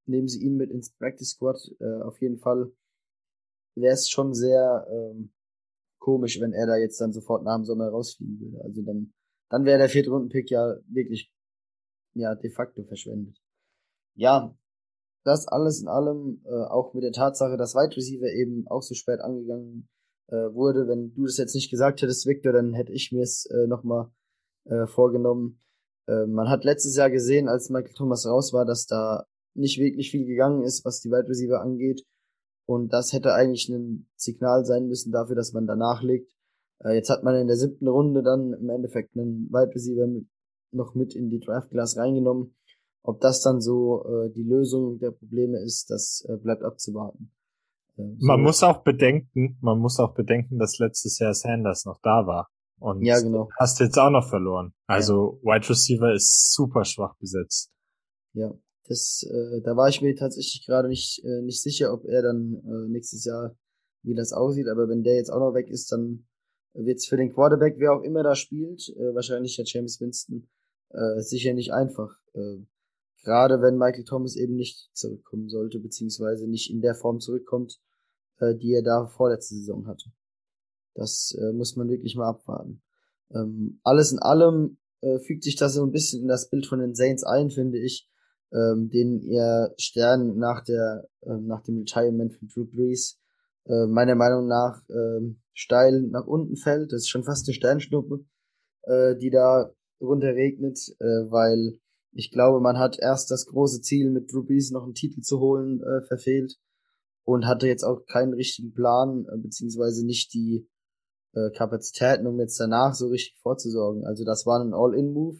nehmen sie ihn mit ins Practice Squad. Auf jeden Fall wäre es schon sehr komisch, wenn er da jetzt dann sofort nach dem Sommer rausfliegen würde. Also dann wäre der 4. Runden-Pick ja wirklich de facto verschwendet. Ja, das alles in allem, auch mit der Tatsache, dass Wide Receiver eben auch so spät angegangen wurde. Wenn du das jetzt nicht gesagt hättest, Victor, dann hätte ich mir es nochmal vorgenommen. Man hat letztes Jahr gesehen, als Michael Thomas raus war, dass da nicht wirklich viel gegangen ist, was die Wide Receiver angeht. Und das hätte eigentlich ein Signal sein müssen dafür, dass man danach legt. Jetzt hat man in der 7. Runde dann im Endeffekt einen Wide Receiver noch mit in die Draft Class reingenommen. Ob das dann so die Lösung der Probleme ist, das bleibt abzuwarten. Man muss auch bedenken, dass letztes Jahr Sanders noch da war. Und ja, genau. Hast jetzt auch noch verloren. Also Wide Receiver ist super schwach besetzt. Ja, da war ich mir tatsächlich gerade nicht sicher, ob er dann nächstes Jahr, wie das aussieht. Aber wenn der jetzt auch noch weg ist, dann wird's für den Quarterback, wer auch immer da spielt, wahrscheinlich der Jameis Winston, sicher nicht einfach. Gerade wenn Michael Thomas eben nicht zurückkommen sollte, beziehungsweise nicht in der Form zurückkommt, die er da vorletzte Saison hatte. Das muss man wirklich mal abwarten. Alles in allem fügt sich das so ein bisschen in das Bild von den Saints ein, finde ich, den ihr Stern nach dem Retirement von Drew Brees meiner Meinung nach steil nach unten fällt. Das ist schon fast eine Sternschnuppe, die da runterregnet, weil ich glaube, man hat erst das große Ziel, mit Drew Brees noch einen Titel zu holen, verfehlt und hatte jetzt auch keinen richtigen Plan, beziehungsweise nicht die Kapazitäten, um jetzt danach so richtig vorzusorgen. Also das war ein All-In-Move,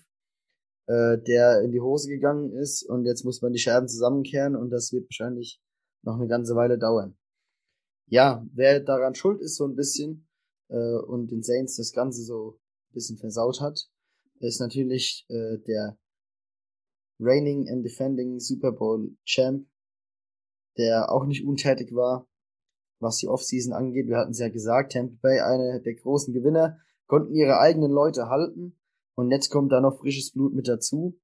der in die Hose gegangen ist und jetzt muss man die Scherben zusammenkehren und das wird wahrscheinlich noch eine ganze Weile dauern. Ja, wer daran schuld ist so ein bisschen und den Saints das Ganze so ein bisschen versaut hat, ist natürlich der Reigning and Defending Super Bowl Champ, der auch nicht untätig war, was die Offseason angeht. Wir hatten es ja gesagt, Tampa Bay, eine der großen Gewinner, konnten ihre eigenen Leute halten und jetzt kommt da noch frisches Blut mit dazu.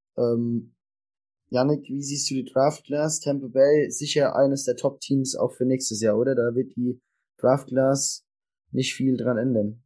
Yannick, wie siehst du die Draft Class? Tampa Bay sicher eines der Top-Teams auch für nächstes Jahr, oder? Da wird die Draft Class nicht viel dran ändern.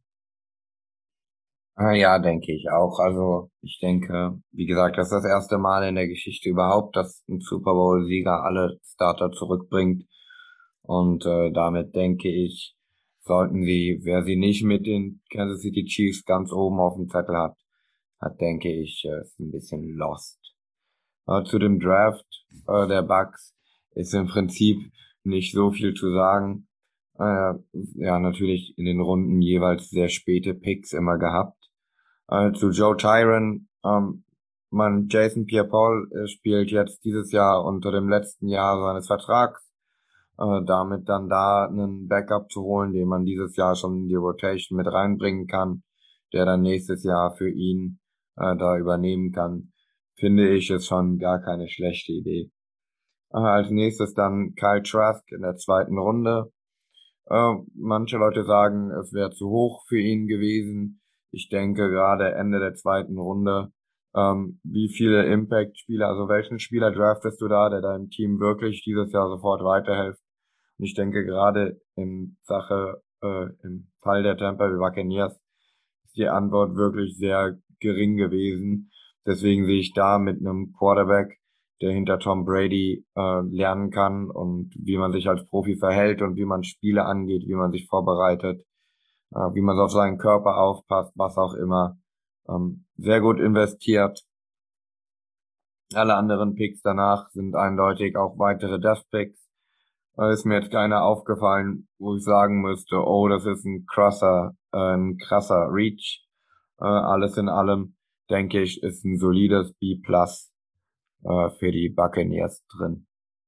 Ja, denke ich auch. Also ich denke, wie gesagt, das ist das erste Mal in der Geschichte überhaupt, dass ein Super Bowl-Sieger alle Starter zurückbringt. Und damit denke ich, sollten sie, wer sie nicht mit den Kansas City Chiefs ganz oben auf dem Zettel hat, denke ich, ist ein bisschen lost. Zu dem Draft der Bucks ist im Prinzip nicht so viel zu sagen. Ja, natürlich in den Runden jeweils sehr späte Picks immer gehabt. Zu Joe Tyron, Jason Pierre-Paul spielt jetzt dieses Jahr unter dem letzten Jahr seines Vertrags. Damit dann da einen Backup zu holen, den man dieses Jahr schon in die Rotation mit reinbringen kann, der dann nächstes Jahr für ihn da übernehmen kann, finde ich, ist schon gar keine schlechte Idee. Als nächstes dann Kyle Trask in der 2. Runde. Manche Leute sagen, es wäre zu hoch für ihn gewesen. Ich denke gerade Ende der 2. Runde, wie viele Impact-Spieler, also welchen Spieler draftest du da, der deinem Team wirklich dieses Jahr sofort weiterhilft? Und ich denke gerade im Fall der Tampa Bay Buccaneers ist die Antwort wirklich sehr gering gewesen. Deswegen sehe ich da mit einem Quarterback, der hinter Tom Brady lernen kann und wie man sich als Profi verhält und wie man Spiele angeht, wie man sich vorbereitet, wie man auf seinen Körper aufpasst, was auch immer. Sehr gut investiert. Alle anderen Picks danach sind eindeutig auch weitere Death-Picks. Ist mir jetzt keiner aufgefallen, wo ich sagen müsste, oh, das ist ein krasser Reach. Alles in allem, denke ich, ist ein solides B+ für die Buccaneers drin.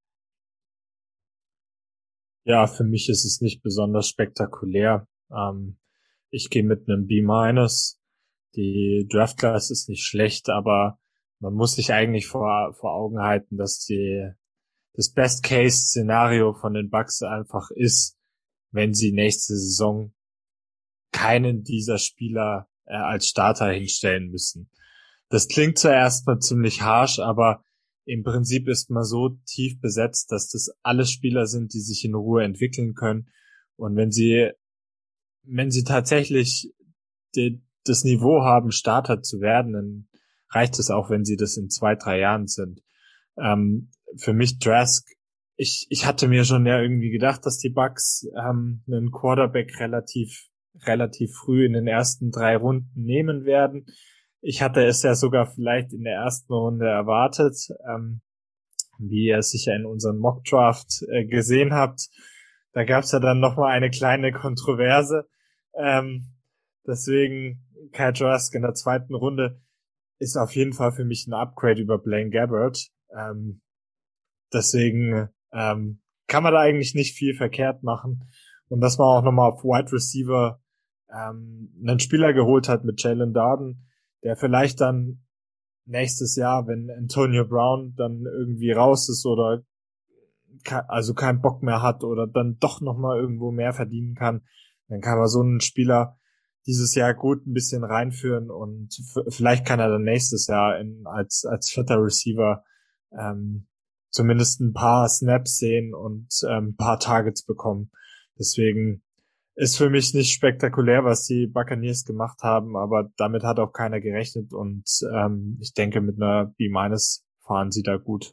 Ja, für mich ist es nicht besonders spektakulär. Ich gehe mit einem B-. Die Draft Class ist nicht schlecht, aber man muss sich eigentlich vor Augen halten, dass das Best-Case-Szenario von den Bucks einfach ist, wenn sie nächste Saison keinen dieser Spieler als Starter hinstellen müssen. Das klingt zwar erstmal ziemlich harsh, aber im Prinzip ist man so tief besetzt, dass das alles Spieler sind, die sich in Ruhe entwickeln können. Und wenn sie tatsächlich das Niveau haben, Starter zu werden, dann reicht es auch, wenn sie das in 2-3 Jahren sind. Für mich Trask, ich hatte mir schon ja irgendwie gedacht, dass die Bucks einen Quarterback relativ früh in den ersten 3 Runden nehmen werden. Ich hatte es ja sogar vielleicht in der ersten Runde erwartet, wie ihr es sicher in unserem Mock-Draft gesehen habt. Da gab es ja dann nochmal eine kleine Kontroverse. Deswegen Kyle Trask in der 2. Runde ist auf jeden Fall für mich ein Upgrade über Blaine Gabbert. Deswegen kann man da eigentlich nicht viel verkehrt machen. Und dass man auch nochmal auf Wide Receiver einen Spieler geholt hat mit Jalen Darden, der vielleicht dann nächstes Jahr, wenn Antonio Brown dann irgendwie raus ist oder also keinen Bock mehr hat oder dann doch nochmal irgendwo mehr verdienen kann, dann kann man so einen Spieler dieses Jahr gut ein bisschen reinführen und vielleicht kann er dann nächstes Jahr als 4. Receiver zumindest ein paar Snaps sehen und ein paar Targets bekommen. Deswegen ist für mich nicht spektakulär, was die Buccaneers gemacht haben, aber damit hat auch keiner gerechnet und ich denke, mit einer B- fahren sie da gut.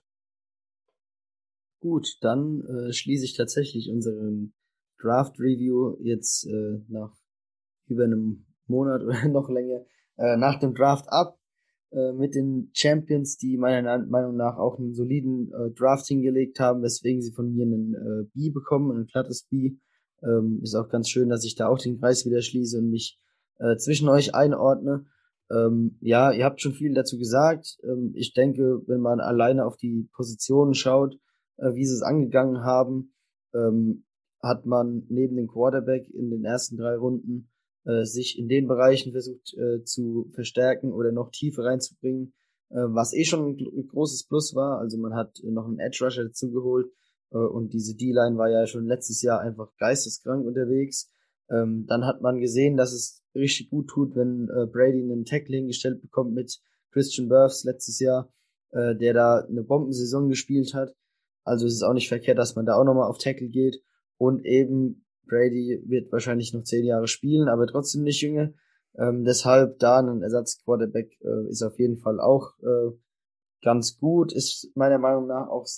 Gut, dann schließe ich tatsächlich unseren Draft-Review jetzt nach über einem Monat oder noch länger nach dem Draft ab mit den Champions, die meiner Meinung nach auch einen soliden Draft hingelegt haben, weswegen sie von mir einen B bekommen, ein glattes B. Ist auch ganz schön, dass ich da auch den Kreis wieder schließe und mich zwischen euch einordne. Ja, ihr habt schon viel dazu gesagt. Ich denke, wenn man alleine auf die Positionen schaut, wie sie es angegangen haben, hat man neben dem Quarterback in den ersten 3 Runden sich in den Bereichen versucht zu verstärken oder noch tiefer reinzubringen, was schon ein großes Plus war. Also man hat noch einen Edge Rusher dazu geholt und diese D-Line war ja schon letztes Jahr einfach geisteskrank unterwegs. Dann hat man gesehen, dass es richtig gut tut, wenn Brady einen Tackle hingestellt bekommt mit Christian Wirfs letztes Jahr, der da eine Bombensaison gespielt hat. Also es ist auch nicht verkehrt, dass man da auch nochmal auf Tackle geht. Und eben Brady wird wahrscheinlich noch 10 Jahre spielen, aber trotzdem nicht jünger. Deshalb da ein Ersatzquarterback ist auf jeden Fall auch ganz gut. Ist meiner Meinung nach auch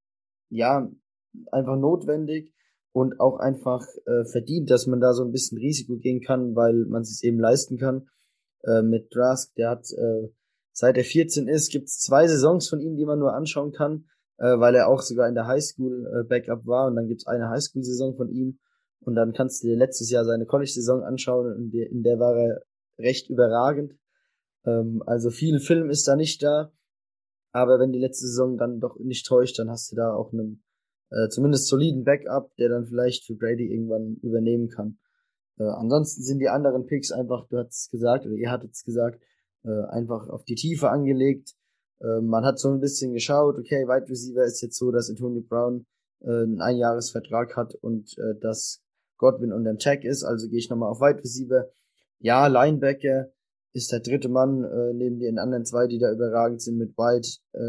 ja einfach notwendig und auch einfach verdient, dass man da so ein bisschen Risiko gehen kann, weil man es sich eben leisten kann. Mit Trask, der hat seit er 14 ist, gibt's 2 Saisons von ihm, die man nur anschauen kann, weil er auch sogar in der Highschool Backup war und dann gibt's eine Highschool-Saison von ihm und dann kannst du dir letztes Jahr seine College-Saison anschauen und in der war er recht überragend. Also viel Film ist da nicht da, aber wenn die letzte Saison dann doch nicht täuscht, dann hast du da auch einen zumindest soliden Backup, der dann vielleicht für Brady irgendwann übernehmen kann. Ansonsten sind die anderen Picks einfach, du hast es gesagt, oder ihr hattet es gesagt, einfach auf die Tiefe angelegt. Man hat so ein bisschen geschaut, okay, Wide Receiver ist jetzt so, dass Antonio Brown einen Einjahresvertrag hat und dass Godwin unterm Tag ist, also gehe ich nochmal auf Wide Receiver. Ja, Linebacker ist der 3. Mann neben den anderen 2, die da überragend sind mit White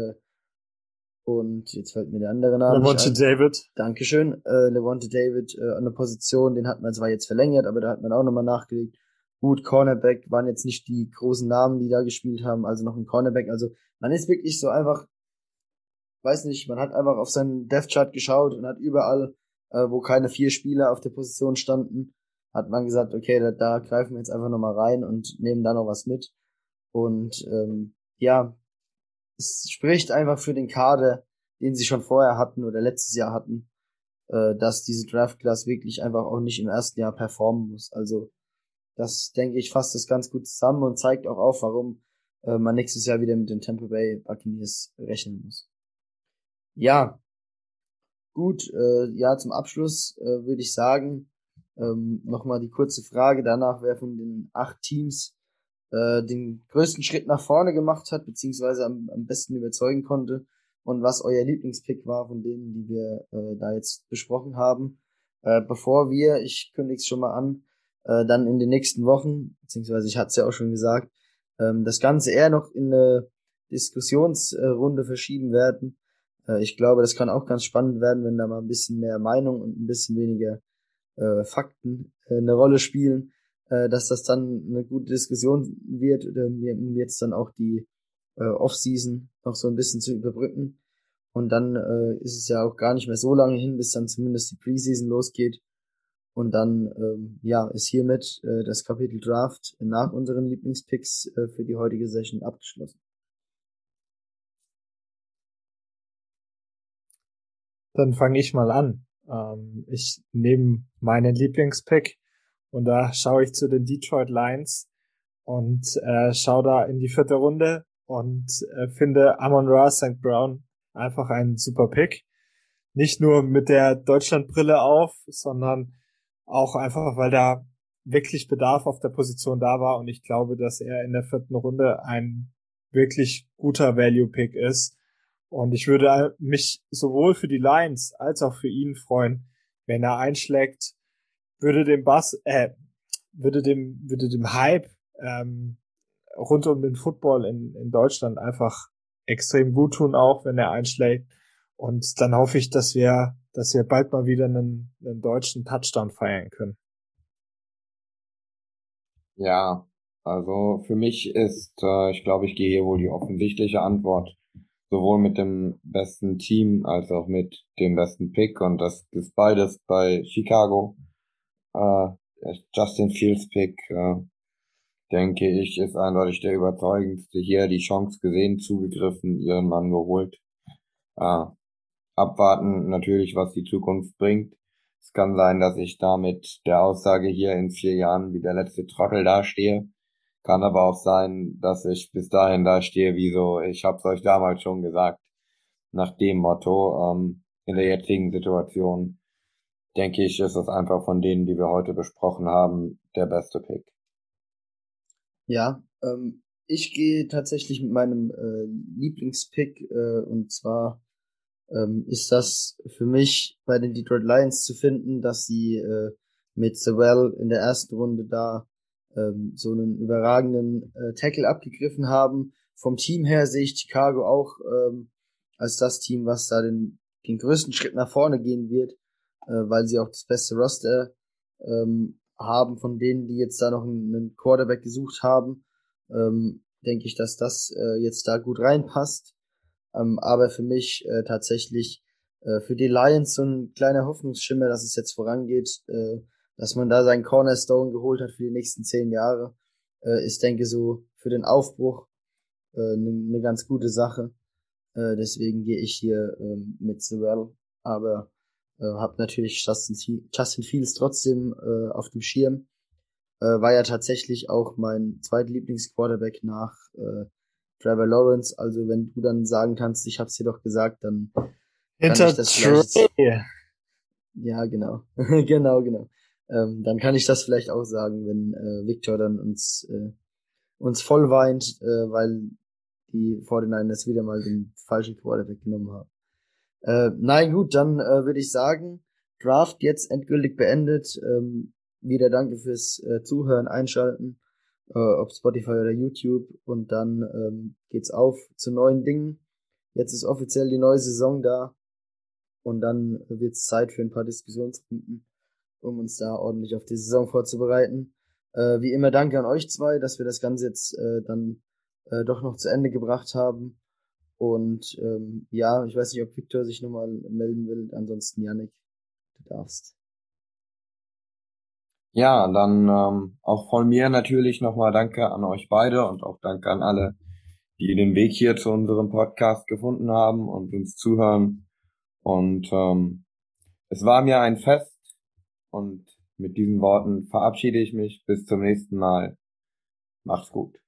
und jetzt fällt mir der andere Name Lavonte nicht ein. David. Dankeschön. Lavonte David an der Position, den hat man zwar jetzt verlängert, aber da hat man auch nochmal nachgelegt. Gut, Cornerback waren jetzt nicht die großen Namen, die da gespielt haben, also noch ein Cornerback. Also man ist wirklich so einfach, weiß nicht, man hat einfach auf seinen Depth Chart geschaut und hat überall, wo keine 4 Spieler auf der Position standen, hat man gesagt, okay, da greifen wir jetzt einfach nochmal rein und nehmen da noch was mit. Und ja, es spricht einfach für den Kader, den sie schon vorher hatten oder letztes Jahr hatten, dass diese Draft Class wirklich einfach auch nicht im ersten Jahr performen muss. Also das, denke ich, fasst das ganz gut zusammen und zeigt auch auf, warum man nächstes Jahr wieder mit den Tampa Bay Buccaneers rechnen muss. Ja, gut, ja, zum Abschluss würde ich sagen, nochmal die kurze Frage danach, wer von den 8 Teams den größten Schritt nach vorne gemacht hat, beziehungsweise am besten überzeugen konnte und was euer Lieblingspick war von denen, die wir da jetzt besprochen haben. Bevor wir, ich kündige es schon mal an, dann in den nächsten Wochen, beziehungsweise ich hatte es ja auch schon gesagt, das Ganze eher noch in eine Diskussionsrunde verschieben werden. Ich glaube, das kann auch ganz spannend werden, wenn da mal ein bisschen mehr Meinung und ein bisschen weniger Fakten eine Rolle spielen, dass das dann eine gute Diskussion wird, um jetzt dann auch die Off-Season noch so ein bisschen zu überbrücken. Und dann ist es ja auch gar nicht mehr so lange hin, bis dann zumindest die Preseason losgeht. Und dann ist hiermit das Kapitel Draft nach unseren Lieblingspicks für die heutige Session abgeschlossen. Dann fange ich mal an. Ich nehme meinen Lieblingspick und da schaue ich zu den Detroit Lions und schaue da in die 4. Runde und finde Amon-Ra St. Brown einfach ein super Pick. Nicht nur mit der Deutschlandbrille auf, sondern auch einfach, weil da wirklich Bedarf auf der Position da war und ich glaube, dass er in der 4. Runde ein wirklich guter Value-Pick ist. Und ich würde mich sowohl für die Lions als auch für ihn freuen, wenn er einschlägt, würde dem Hype rund um den Football in Deutschland einfach extrem gut tun, auch wenn er einschlägt. Und dann hoffe ich, dass wir bald mal wieder einen deutschen Touchdown feiern können. Ja, also für mich ist, ich glaube, ich gehe hier wohl die offensichtliche Antwort. Sowohl mit dem besten Team als auch mit dem besten Pick. Und das ist beides bei Chicago. Justin Fields Pick, denke ich, ist eindeutig der überzeugendste. Hier die Chance gesehen, zugegriffen, ihren Mann geholt. Abwarten natürlich, was die Zukunft bringt. Es kann sein, dass ich da mit der Aussage hier in 4 Jahren wie der letzte Trottel dastehe. Kann aber auch sein, dass ich bis dahin dastehe, wie so, ich hab's euch damals schon gesagt, nach dem Motto. In der jetzigen Situation, denke ich, ist es einfach von denen, die wir heute besprochen haben, der beste Pick. Ja, ich gehe tatsächlich mit meinem Lieblingspick und zwar ist das für mich bei den Detroit Lions zu finden, dass sie mit Sewell in der 1. Runde da so einen überragenden Tackle abgegriffen haben. Vom Team her sehe ich Chicago auch als das Team, was da den größten Schritt nach vorne gehen wird, weil sie auch das beste Roster haben von denen, die jetzt da noch einen Quarterback gesucht haben. Denke ich, dass das jetzt da gut reinpasst. Aber für mich tatsächlich für die Lions so ein kleiner Hoffnungsschimmer, dass es jetzt vorangeht, dass man da seinen Cornerstone geholt hat für die nächsten 10 Jahre, ist, denke so für den Aufbruch eine ganz gute Sache. Deswegen gehe ich hier mit Sewell, aber habe natürlich Justin Fields trotzdem auf dem Schirm. War ja tatsächlich auch mein zweitlieblings-Quarterback nach Trevor Lawrence. Also wenn du dann sagen kannst, ich hab's dir doch gesagt, dann kann ich das vielleicht jetzt, ja, genau. genau. Dann kann ich das vielleicht auch sagen, wenn Victor dann uns voll weint, weil die 49ers wieder mal den falschen Quarterback genommen haben. Nein, gut, dann würde ich sagen, Draft jetzt endgültig beendet. Wieder danke fürs Zuhören, Einschalten, ob Spotify oder YouTube. Und dann geht's auf zu neuen Dingen. Jetzt ist offiziell die neue Saison da. Und dann wird's Zeit für ein paar Diskussionsrunden, um uns da ordentlich auf die Saison vorzubereiten. Wie immer danke an euch zwei, dass wir das Ganze jetzt dann doch noch zu Ende gebracht haben. Und ja, ich weiß nicht, ob Victor sich nochmal melden will. Ansonsten, Yannick, du darfst. Ja, dann auch von mir natürlich nochmal danke an euch beide und auch danke an alle, die den Weg hier zu unserem Podcast gefunden haben und uns zuhören. Und es war mir ein Fest und mit diesen Worten verabschiede ich mich. Bis zum nächsten Mal. Macht's gut.